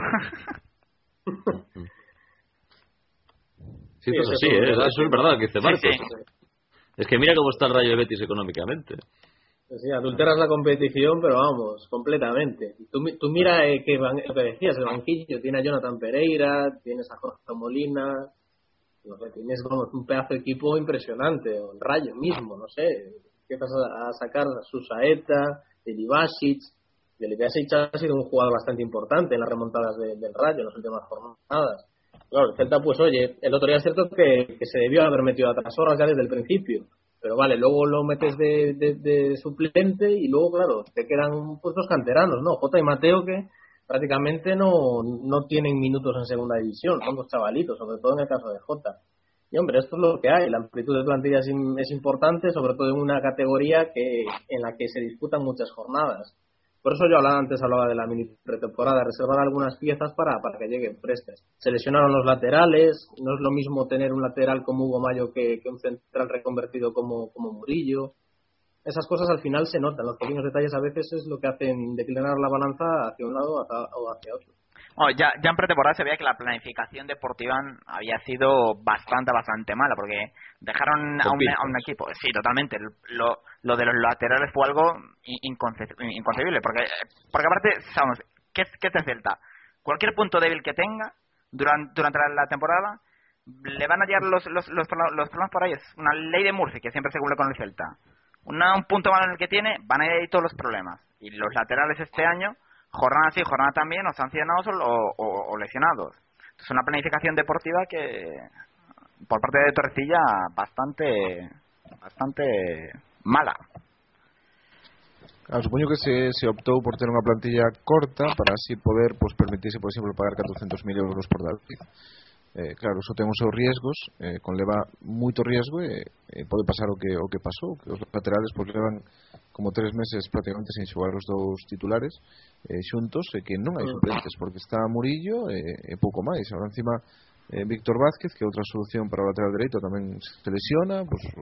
Sí, pues así, eso es verdad, que dice Marcos. Sí. Es que mira cómo está el Rayo de Betis económicamente. Sí, adulteras la competición, pero vamos, completamente. Tú mira lo que decías, el banquillo, tiene a Jonathan Pereira, tienes a Jorge Molina, no sé, tienes un pedazo de equipo impresionante, o el Rayo mismo, no sé, empiezas a sacar a Susaeta, Delibasic. Delibasic ha sido un jugador bastante importante en las remontadas del Rayo en las últimas jornadas. Claro, el Celta, pues oye, el otro día es cierto que se debió haber metido a Trasorras ya desde el principio, pero vale, luego lo metes de suplente y luego, claro, te quedan pues los canteranos, ¿no? Jota y Mateo, que prácticamente no tienen minutos en segunda división, son los chavalitos, sobre todo en el caso de Jota. Y hombre, esto es lo que hay, la amplitud de plantilla es importante, sobre todo en una categoría en la que se disputan muchas jornadas. Por eso yo hablaba de la mini pretemporada, reservar algunas piezas para que lleguen frescas. Se lesionaron los laterales, no es lo mismo tener un lateral como Hugo Mayo que un central reconvertido como Murillo. Esas cosas al final se notan, los pequeños detalles a veces es lo que hacen declinar la balanza hacia un lado o hacia otro. Ya en pretemporada se veía que la planificación deportiva había sido bastante mala, porque dejaron a un equipo, sí, totalmente, lo de los laterales fue algo inconcebible, porque aparte, sabemos, ¿qué te Celta? Cualquier punto débil que tenga durante la temporada, le van a llegar los problemas por ahí. Es una ley de Murphy que siempre se cumple con el Celta. Un punto malo en el que tiene, van a ir ahí todos los problemas. Y los laterales este año, jornada sí, jornada también, o sancionados o lesionados. Es una planificación deportiva que, por parte de Torrecilla, bastante mala. Supoño que se optou por ter unha plantilla corta para así poder permitirse, por exemplo, pagar 400.000 euros por David. Claro, iso ten os seus riesgos, conleva moito riesgo e pode pasar o que pasou, que os laterales levan como 3 meses prácticamente sin xogar os 2 titulares xuntos, e que non hai suplentes porque está Murillo e pouco máis. Agora encima Víctor Vázquez, que é outra solución para o lateral dereito, tamén se lesiona,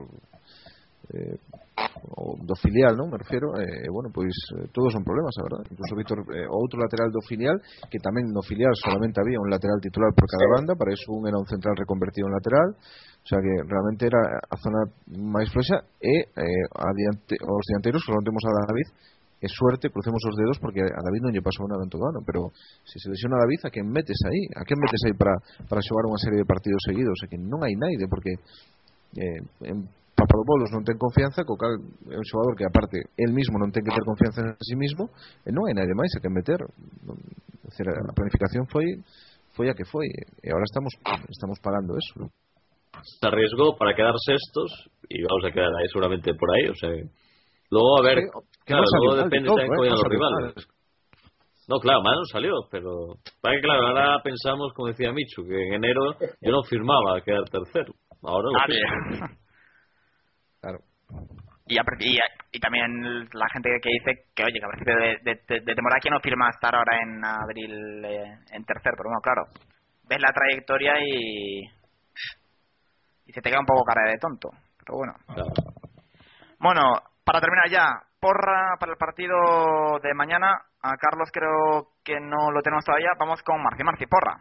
o do filial, non? Me refiero, todos son problemas, a verdade. Incluso Víctor, outro lateral do filial, que tamén no filial solamente había un lateral titular por cada banda, para iso un era un central reconvertido en lateral, o sea que realmente era a zona máis floxa, e os dianteiros só temos a David, e suerte, crucemos os dedos, porque a David non lle pasou nada en todo ano, pero se se lesiona a David, a quen metes aí? A quen metes aí para xogar unha serie de partidos seguidos? E que non hai naide, porque Papadopoulos non ten confianza, co cal é un xogador que aparte el mismo non ten que ter confianza en sí mismo, e non hai nadie máis a que meter. A planificación foi a que foi, e agora estamos pagando eso. Se arriesgó para quedar sextos y vamos a quedar ahí seguramente por ahí, o sea, luego a ver, claro, luego depende también cómo vayan los rivales. No, claro, mal no salió, pero para que claro, ahora pensamos, como decía Michu, que en enero yo no firmaba quedar tercero. Ahora lo firmo. Claro. Y también la gente que dice que, oye, que a principio de temporada que no firma estar ahora en abril en tercero, pero bueno, claro, ves la trayectoria y se te queda un poco cara de tonto, pero bueno. Claro. Bueno, para terminar ya, porra para el partido de mañana. A Carlos creo que no lo tenemos todavía. Vamos con Marci, porra.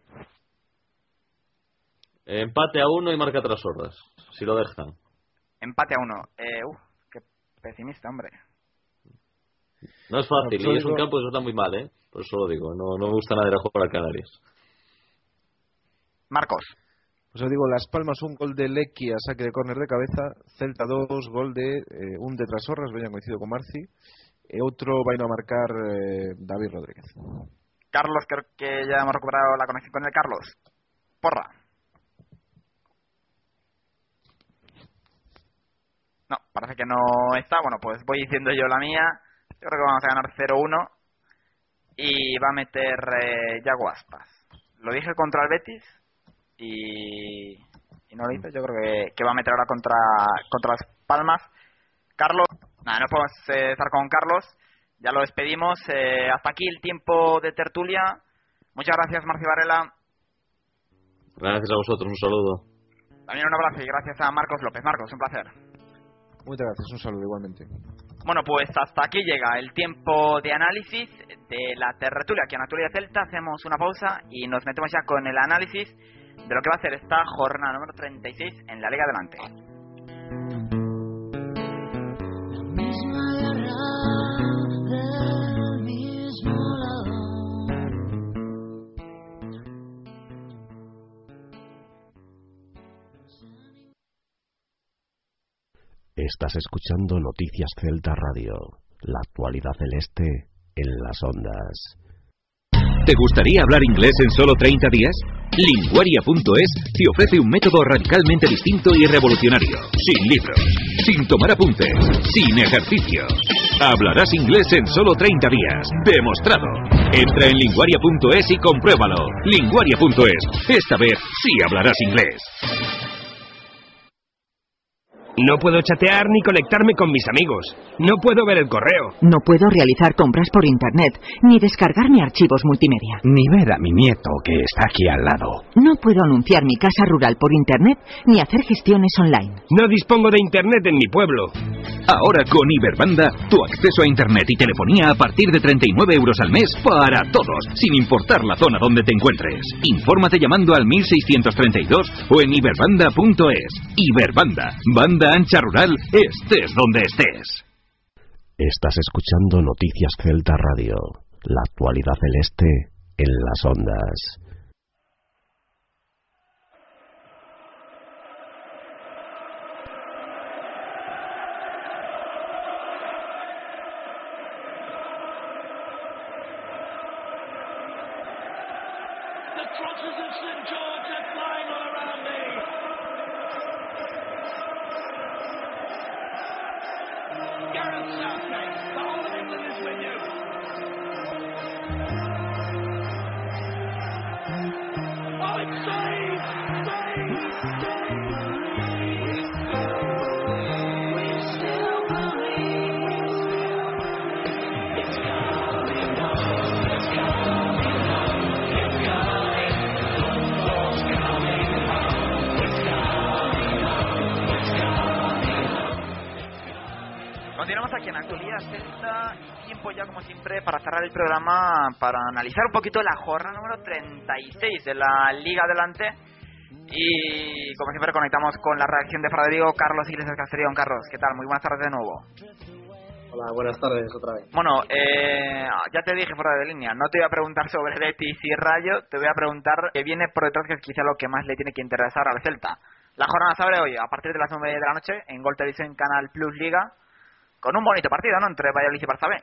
Empate a 1 y marca Trasorras, si lo dejan. Empate a 1. Qué pesimista, hombre. No es fácil, y es un campo que se está muy mal, por eso lo digo. No me gusta nada de jugar a Canarias. Marcos. Pues yo digo, Las Palmas, un gol de Lecky a saque de córner de cabeza. Celta 2, gol de un de Trasorras, veñan coincido con Marci. E outro vai a marcar David Rodríguez. Carlos, creo que ya hemos recuperado la conexión con el Carlos. Porra. No, parece que no está. Bueno, pues voy diciendo yo la mía. Yo creo que vamos a ganar 0-1 y va a meter Yago Aspas. Lo dije contra el Betis y no lo hizo. Yo creo que va a meter ahora contra Las Palmas. Carlos. Nada, no podemos estar con Carlos. Ya lo despedimos. Hasta aquí el tiempo de tertulia. Muchas gracias, Marci Varela. Gracias a vosotros, un saludo. También un abrazo y gracias a Marcos López. Marcos, un placer. Muchas gracias, un saludo igualmente. Bueno, pues hasta aquí llega el tiempo de análisis de la tertulia. Aquí en Actualidad Celta hacemos una pausa y nos metemos ya con el análisis de lo que va a ser esta jornada número 36 en la Liga Adelante. Estás escuchando Noticias Celta Radio, la actualidad celeste en las ondas. ¿Te gustaría hablar inglés en solo 30 días? Linguaria.es te ofrece un método radicalmente distinto y revolucionario, sin libros, sin tomar apuntes, sin ejercicios. Hablarás inglés en solo 30 días, demostrado. Entra en Linguaria.es y compruébalo. Linguaria.es, esta vez sí hablarás inglés. No puedo chatear ni conectarme con mis amigos. No puedo ver el correo. No puedo realizar compras por internet, ni descargarme archivos multimedia. Ni ver a mi nieto, que está aquí al lado. No puedo anunciar mi casa rural por internet, ni hacer gestiones online. No dispongo de internet en mi pueblo. Ahora con Iberbanda, tu acceso a internet y telefonía a partir de 39 euros al mes para todos, sin importar la zona donde te encuentres. Infórmate llamando al 1632 o en iberbanda.es. Iberbanda, banda ancha rural, estés donde estés. Estás escuchando Noticias Celta Radio, la actualidad celeste en las ondas. Continuamos aquí en Actualidad Celta y tiempo ya como siempre para cerrar el programa, para analizar un poquito la jornada número 36 de la Liga Adelante y como siempre conectamos con la reacción de Federico Carlos Iglesias Castellón. Carlos, ¿qué tal? Muy buenas tardes de nuevo. Hola, buenas tardes otra vez. Bueno, ya te dije fuera de línea, no te voy a preguntar sobre Betis y Rayo, te voy a preguntar qué viene por detrás, que es quizá lo que más le tiene que interesar al Celta. La jornada se abre hoy a partir de las 9 de la noche en Gol Televisión Canal Plus Liga, con un bonito partido, ¿no?, entre Valladolid y Barça B.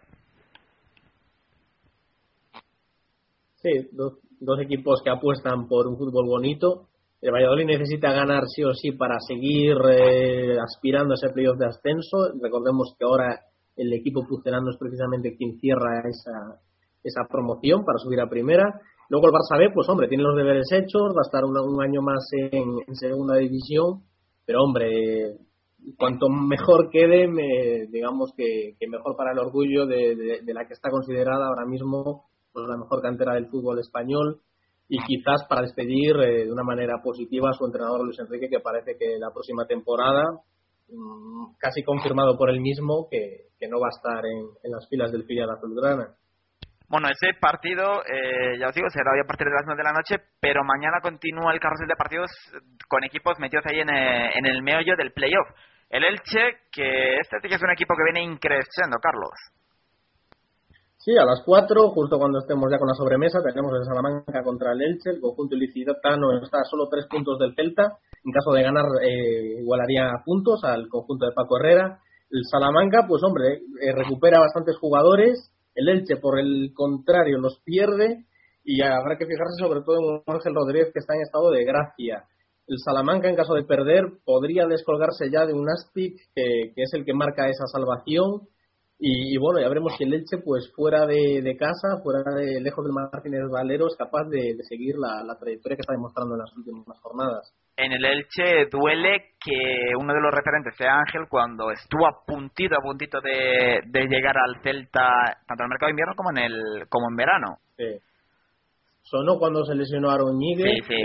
Sí, dos equipos que apuestan por un fútbol bonito. El Valladolid necesita ganar sí o sí para seguir aspirando a ese playoff de ascenso. Recordemos que ahora el equipo pucelano es precisamente quien cierra esa promoción para subir a primera. Luego el Barça B, pues hombre, tiene los deberes hechos, va a estar un año más en segunda división, pero hombre, cuanto mejor quede, digamos que mejor para el orgullo de la que está considerada ahora mismo pues la mejor cantera del fútbol español, y quizás para despedir de una manera positiva a su entrenador Luis Enrique, que parece que la próxima temporada, casi confirmado por él mismo, que no va a estar en las filas del filial azulgrana. Bueno, ese partido, ya os digo, será hoy a partir de las 9 de la noche, pero mañana continúa el carrusel de partidos con equipos metidos ahí en el meollo del playoff. El Elche, que este sí que es un equipo que viene increciendo, Carlos. Sí, a las 4, justo cuando estemos ya con la sobremesa, tenemos el Salamanca contra el Elche. El conjunto ilicitano está a solo 3 puntos del Celta. En caso de ganar, igualaría puntos al conjunto de Paco Herrera. El Salamanca, pues hombre, recupera bastantes jugadores. El Elche, por el contrario, los pierde. Y habrá que fijarse sobre todo en Ángel Rodríguez, que está en estado de gracia. El Salamanca, en caso de perder, podría descolgarse ya de un Aspic, que es el que marca esa salvación. Y bueno, ya veremos si el Elche, pues fuera de casa, lejos del Martínez Valero, es capaz de seguir la trayectoria que está demostrando en las últimas jornadas. En el Elche duele que uno de los referentes sea Ángel, cuando estuvo a puntito de llegar al Celta, tanto en el mercado de invierno como en verano. Sí. Sonó cuando se lesionó a Aaron Ñíguez. Sí.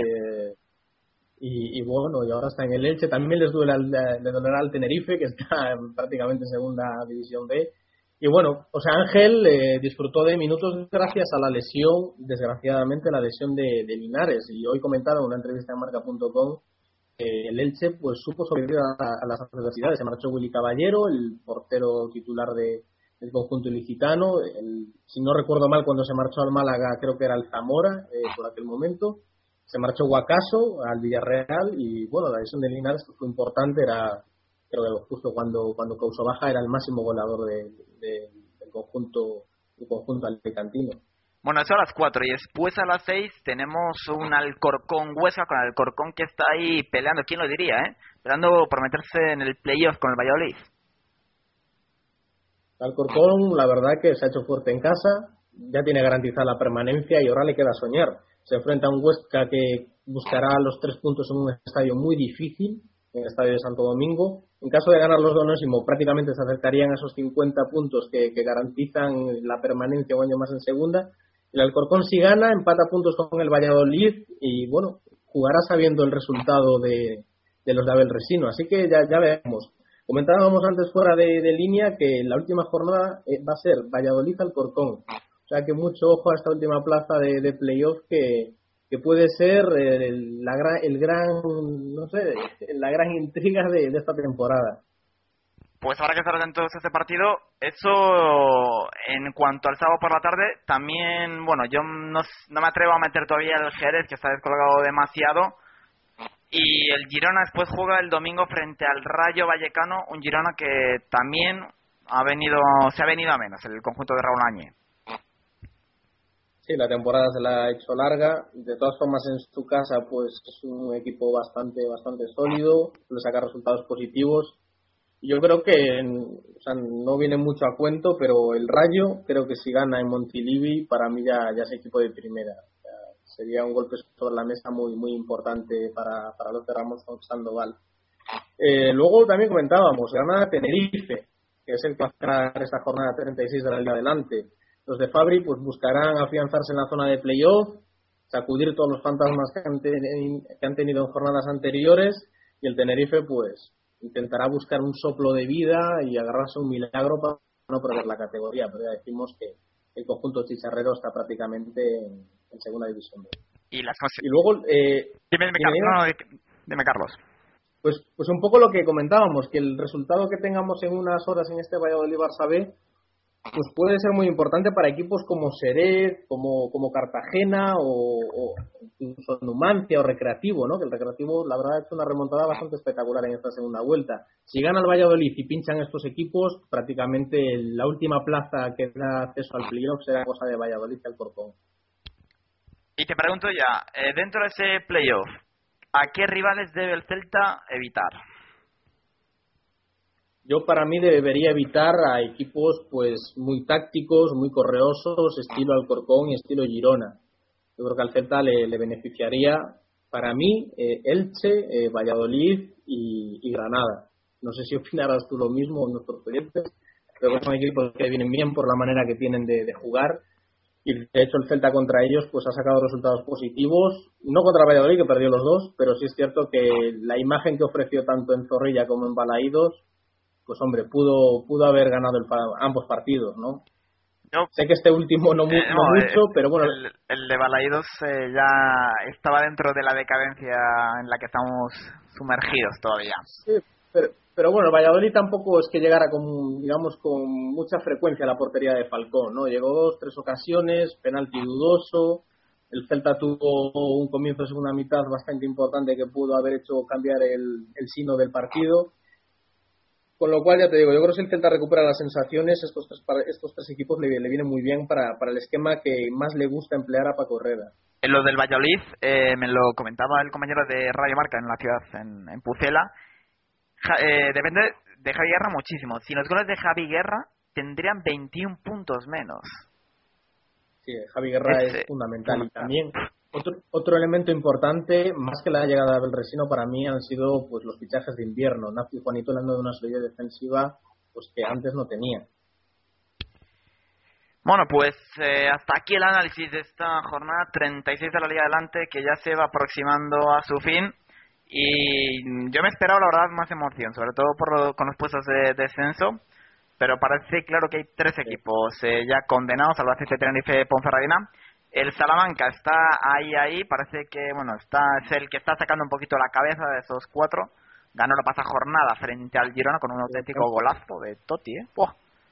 Y bueno, y ahora está en el Elche. También le dolerá al Tenerife, que está prácticamente en segunda división B. Y bueno, o sea, Ángel disfrutó de minutos gracias a la lesión, desgraciadamente la lesión de Linares. Y hoy comentaba en una entrevista en marca.com el Elche pues supo sobrevivir a las adversidades. Se marchó Willy Caballero, el portero titular del conjunto ilicitano. Si no recuerdo mal, cuando se marchó al Málaga, creo que era el Zamora por aquel momento. Se marchó Guacaso al Villarreal y bueno, la lesión de Linares que fue importante, creo que justo cuando causó baja era el máximo goleador del conjunto alicantino. Bueno, eso a las 4 y después a las 6 tenemos un Alcorcón Huesca, con Alcorcón que está ahí peleando, ¿quién lo diría, peleando por meterse en el playoff con el Valladolid. Alcorcón, la verdad que se ha hecho fuerte en casa, ya tiene garantizada la permanencia y ahora le queda soñar. Se enfrenta a un Huesca que buscará los 3 puntos en un estadio muy difícil, en el estadio de Santo Domingo. En caso de ganar los de Onésimo, prácticamente se acercarían a esos 50 puntos que garantizan la permanencia un año más en segunda. El Alcorcón, si gana, empata puntos con el Valladolid y, bueno, jugará sabiendo el resultado de los de Abel Resino. Así que ya veremos. Comentábamos antes fuera de línea que la última jornada va a ser Valladolid-Alcorcón. O sea que mucho ojo a esta última plaza de playoff que puede ser la gran intriga de esta temporada. Pues habrá que estar atentos a este partido. Eso en cuanto al sábado por la tarde, también, bueno, yo no me atrevo a meter todavía el Jerez, que está descolgado demasiado. Y el Girona después juega el domingo frente al Rayo Vallecano, un Girona que también se ha venido a menos, el conjunto de Raúl Añé. Sí, la temporada se la ha hecho larga. De todas formas, en su casa, pues es un equipo bastante sólido, le saca resultados positivos. Yo creo que no viene mucho a cuento, pero el Rayo, creo que si gana en Montilivi, para mí ya es equipo de primera. O sea, sería un golpe sobre la mesa muy muy importante para los de Ramos Sandoval. Luego también comentábamos, gana Tenerife, que es el que va a ganar esta jornada 36 de la Liga Adelante. Los de Fabri pues buscarán afianzarse en la zona de playoff, sacudir todos los fantasmas que han tenido en jornadas anteriores, y el Tenerife pues intentará buscar un soplo de vida y agarrarse un milagro para no perder la categoría, pero ya decimos que el conjunto chicharrero está prácticamente en segunda división B. Y luego dime Carlos. Pues un poco lo que comentábamos, que el resultado que tengamos en unas horas en este Valladolid Barça B pues puede ser muy importante para equipos como Xerez, como Cartagena o incluso Numancia o Recreativo, ¿no? Que el Recreativo, la verdad, ha hecho una remontada bastante espectacular en esta segunda vuelta. Si gana el Valladolid y pinchan estos equipos, prácticamente la última plaza que da acceso al playoff será cosa de Valladolid y Alcorcón. Y te pregunto ya, dentro de ese playoff, ¿a qué rivales debe el Celta evitar? Yo para mí debería evitar a equipos pues muy tácticos, muy correosos, estilo Alcorcón y estilo Girona. Yo creo que al Celta le beneficiaría, para mí, Elche, Valladolid y Granada. No sé si opinarás tú lo mismo en nuestros proyectos. Creo que son equipos que vienen bien por la manera que tienen de jugar. Y de hecho el Celta contra ellos pues ha sacado resultados positivos. No contra Valladolid, que perdió los dos, pero sí es cierto que la imagen que ofreció tanto en Zorrilla como en Balaídos, pues hombre, pudo haber ganado ambos partidos, ¿no? Sé que este último no mucho, pero bueno. El de Balaídos ya estaba dentro de la decadencia en la que estamos sumergidos todavía. Sí, pero bueno, Valladolid tampoco es que llegara con mucha frecuencia a la portería de Falcón, ¿no? Llegó 2-3 ocasiones, penalti dudoso. El Celta tuvo un comienzo de segunda mitad bastante importante que pudo haber hecho cambiar el sino del partido. Con lo cual, ya te digo, yo creo que si el Celta recupera las sensaciones, estos tres equipos le vienen muy bien para el esquema que más le gusta emplear a Paco Herrera. En lo del Valladolid, me lo comentaba el compañero de Radio Marca en la ciudad, en Pucela. Depende de Javi Guerra muchísimo. Si los goles de Javi Guerra tendrían 21 puntos menos. Sí, Javi Guerra es fundamental. Y también otro elemento importante, más que la llegada de Abel Resino, para mí han sido pues los fichajes de invierno. Nafi y Juanito hablando de una solidez defensiva pues que antes no tenía. Bueno, pues hasta aquí el análisis de esta jornada 36 de la Liga Adelante, que ya se va aproximando a su fin. Y yo me esperaba, la verdad, más emoción, sobre todo con los puestos de descenso. Pero parece claro que hay tres equipos ya condenados: Albacete, Tenerife, Ponferradina. El Salamanca está ahí, parece que es el que está sacando un poquito la cabeza de esos cuatro. Ganó la pasada jornada frente al Girona con un auténtico golazo de Totti, ¡Buah!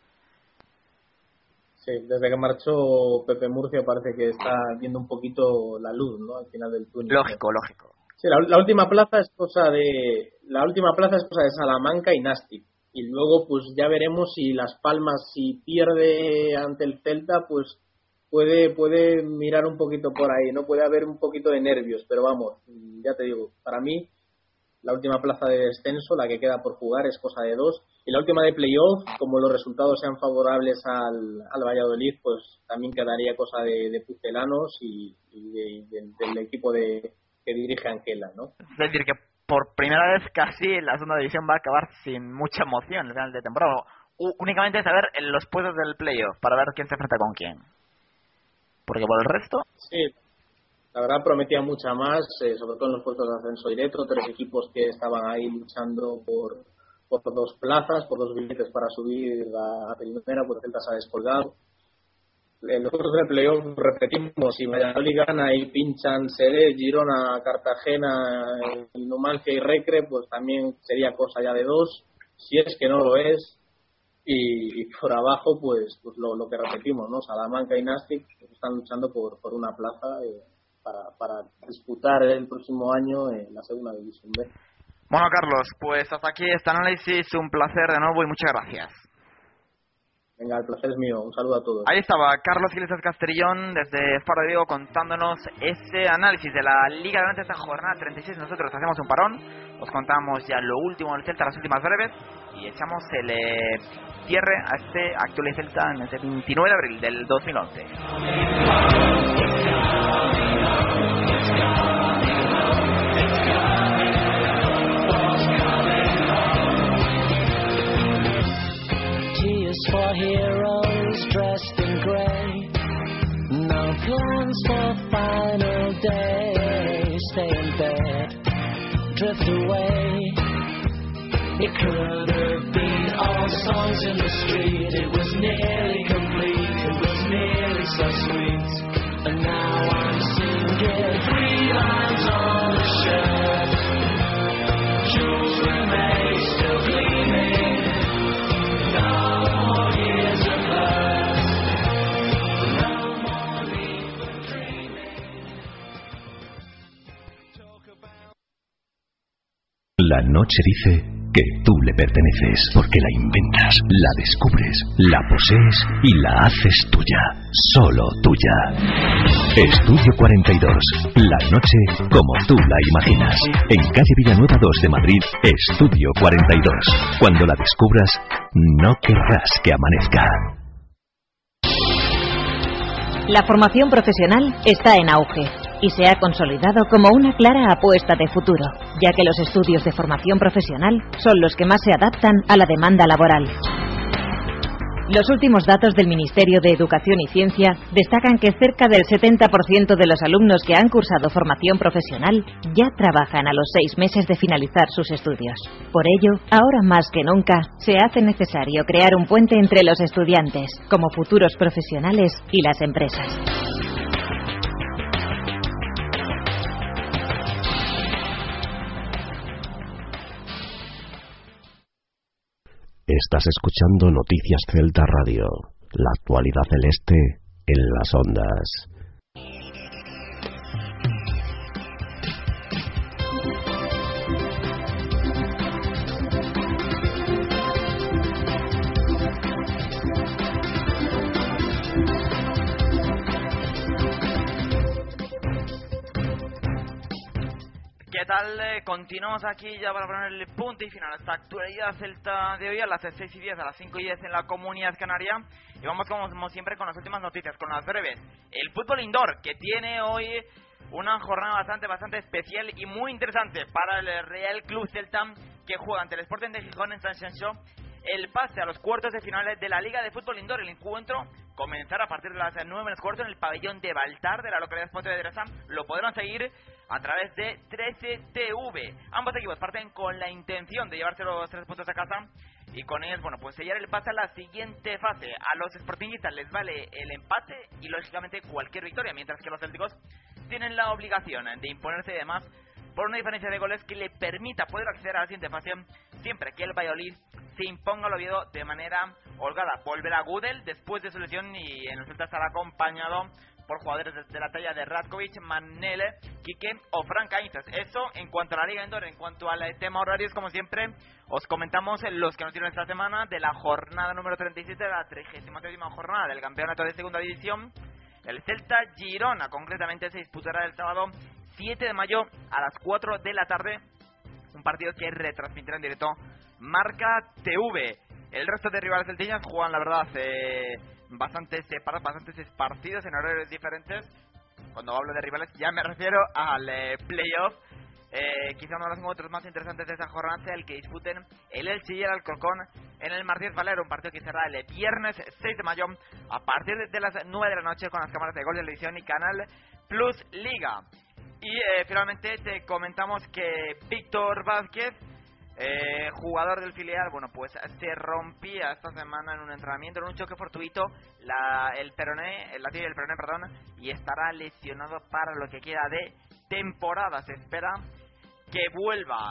Sí, desde que marchó Pepe Murcia parece que está viendo un poquito la luz, ¿no? Al final del túnel. Lógico. Sí, la última plaza es cosa de Salamanca y Nastic. Y luego pues ya veremos si Las Palmas, si pierde ante el Celta, pues puede mirar un poquito por ahí, ¿no? Puede haber un poquito de nervios, pero vamos, ya te digo, para mí la última plaza de descenso, la que queda por jugar, es cosa de dos. Y la última de playoff, como los resultados sean favorables al Valladolid, pues también quedaría cosa de pucelanos y del equipo que dirige Anquela, ¿no? Es decir, que por primera vez casi la segunda división va a acabar sin mucha emoción al final de temporada. Únicamente saber en los puestos del playoff para ver quién se enfrenta con quién. Porque por el resto... Sí, la verdad prometía mucha más, sobre todo en los puestos de ascenso directo, tres equipos que estaban ahí luchando por dos plazas, por dos billetes para subir a primera, pues el Celta se ha descolgado. En los puestos del playoff, repetimos, si Valladolid gana y pinchan Xerez, Girona, Cartagena, Numancia y Recre, pues también sería cosa ya de dos, si es que no lo es. Y por abajo, pues lo que repetimos, ¿no? Salamanca y Nastic están luchando por una plaza para disputar el próximo año en la segunda división B. Bueno, Carlos, pues hasta aquí este análisis. Un placer de nuevo y muchas gracias. Venga, el placer es mío. Un saludo a todos. Ahí estaba Carlos Iglesias Castellón desde Faro de Vigo contándonos ese análisis de la Liga de esta jornada 36. Nosotros hacemos un parón, os contamos ya lo último del Celta, las últimas breves, y echamos el cierre a este actual Celta en este 29 de abril del 2011. For heroes dressed in grey, no plans for final day. Stay in bed, drift away. It could have been all songs in the street. It was nearly complete, it was nearly so sweet. And now I'm singing 3 lines on the shirt. Jewels remain still gleaming. No more years of love. La noche dice que tú le perteneces, porque la inventas, la descubres, la posees y la haces tuya, solo tuya. Estudio 42, la noche como tú la imaginas. En calle Villanueva 2 de Madrid, Estudio 42. Cuando la descubras, no querrás que amanezca. La formación profesional está en auge y se ha consolidado como una clara apuesta de futuro, ya que los estudios de formación profesional son los que más se adaptan a la demanda laboral. Los últimos datos del Ministerio de Educación y Ciencia destacan que cerca del 70% de los alumnos que han cursado formación profesional ya trabajan a los 6 meses de finalizar sus estudios. Por ello, ahora más que nunca, se hace necesario crear un puente entre los estudiantes, como futuros profesionales, y las empresas. Estás escuchando Noticias Celta Radio, la actualidad celeste en las ondas. ¿Qué tal? Continuamos aquí ya para poner el punto y final a esta actualidad celta de hoy a las 6:10, a las 5:10 en la Comunidad Canaria. Y vamos como siempre con las últimas noticias, con las breves. El fútbol indoor, que tiene hoy una jornada bastante especial y muy interesante para el Real Club Celta, que juega ante el Sporting de Gijón en San Xenxo el pase a los cuartos de finales de la Liga de Fútbol Indoor. El encuentro comenzará a partir de las 9:15 en el pabellón de Baltar de la localidad de Pontevedresa. Lo podrán seguir a través de 13TV. Ambos equipos parten con la intención de llevarse los 3 puntos a casa y con ellos, pues sellar el pase a la siguiente fase. A los sportingistas les vale el empate y lógicamente cualquier victoria, mientras que los célticos tienen la obligación de imponerse y demás por una diferencia de goles que le permita poder acceder a la siguiente fase siempre que el Valladolid se imponga al Oviedo de manera holgada. Volverá Gudel después de su lesión y en el Celta estará acompañado por jugadores de la talla de Ratkovic, Manele, Quique o Frank Ainzas. Eso en cuanto a la Liga Indoor. En cuanto al tema horarios, como siempre, os comentamos los que nos dieron esta semana de la jornada número 37 de la 37ª jornada del campeonato de segunda división. El Celta Girona, concretamente, se disputará el sábado 7 de mayo a las 4 de la tarde. Un partido que retransmitirá en directo Marca TV. El resto de rivales celtiñas juegan, la verdad, bastantes separados, bastantes esparcidos en horarios diferentes. Cuando hablo de rivales ya me refiero al playoff. Quizá uno de los encuentros más interesantes de esa jornada sea el que disputen el Elche y el Alcorcón en el Martínez Valero, un partido que será el viernes 6 de mayo a partir de las 9 de la noche con las cámaras de Gol Televisión y Canal Plus Liga. Y finalmente te comentamos que Víctor Vázquez, jugador del filial, se rompía esta semana en un entrenamiento, en un choque fortuito, el tibia del peroné, y estará lesionado para lo que queda de temporada. Se espera que vuelva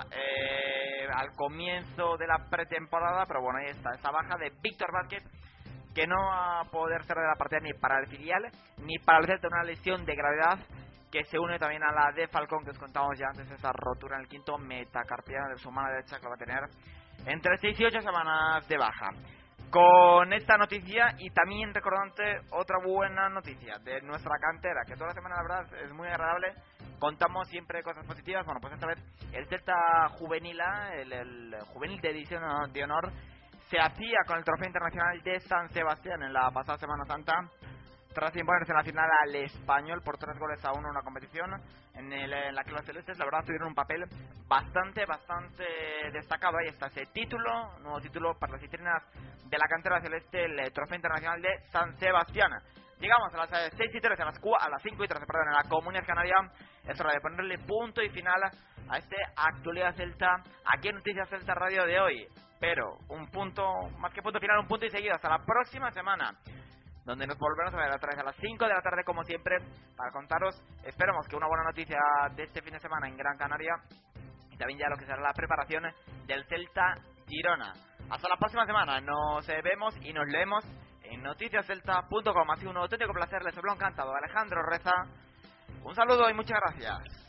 al comienzo de la pretemporada, pero ahí está esa baja de Víctor Vázquez, que no va a poder ser de la partida ni para el filial ni para el Celta, una lesión de gravedad que se une también a la de Falcón, que os contamos ya antes, esa rotura en el quinto metacarpiano de su mano derecha, que va a tener entre 6 y 8 semanas de baja. Con esta noticia, y también recordante otra buena noticia de nuestra cantera, que toda la semana la verdad es muy agradable, contamos siempre cosas positivas. Esta vez el Celta juvenil, el juvenil de edición de honor, se hacía con el trofeo internacional de San Sebastián en la pasada Semana Santa, tras imponerse en la final al Español por 3-1 en una competición en la que los celestes, la verdad, tuvieron un papel bastante destacado. Ahí está ese título, nuevo título para las vitrinas de la cantera celeste, el Trofeo Internacional de San Sebastián. Llegamos a las 6:13, a las 5:13, en la Comunidad Canaria. Es hora de ponerle punto y final a este Actualidad Celta, aquí en Noticias Celta Radio de hoy. Pero un punto, más que punto final, un punto y seguido. Hasta la próxima semana, donde nos volveremos a ver otra vez a las 5 de la tarde, como siempre, para contaros, esperamos que una buena noticia de este fin de semana en Gran Canaria, y también ya lo que será la preparación del Celta Girona. Hasta la próxima semana, nos vemos y nos leemos en noticiascelta.com. Ha sido un auténtico placer, les habló encantado Alejandro Reza. Un saludo y muchas gracias.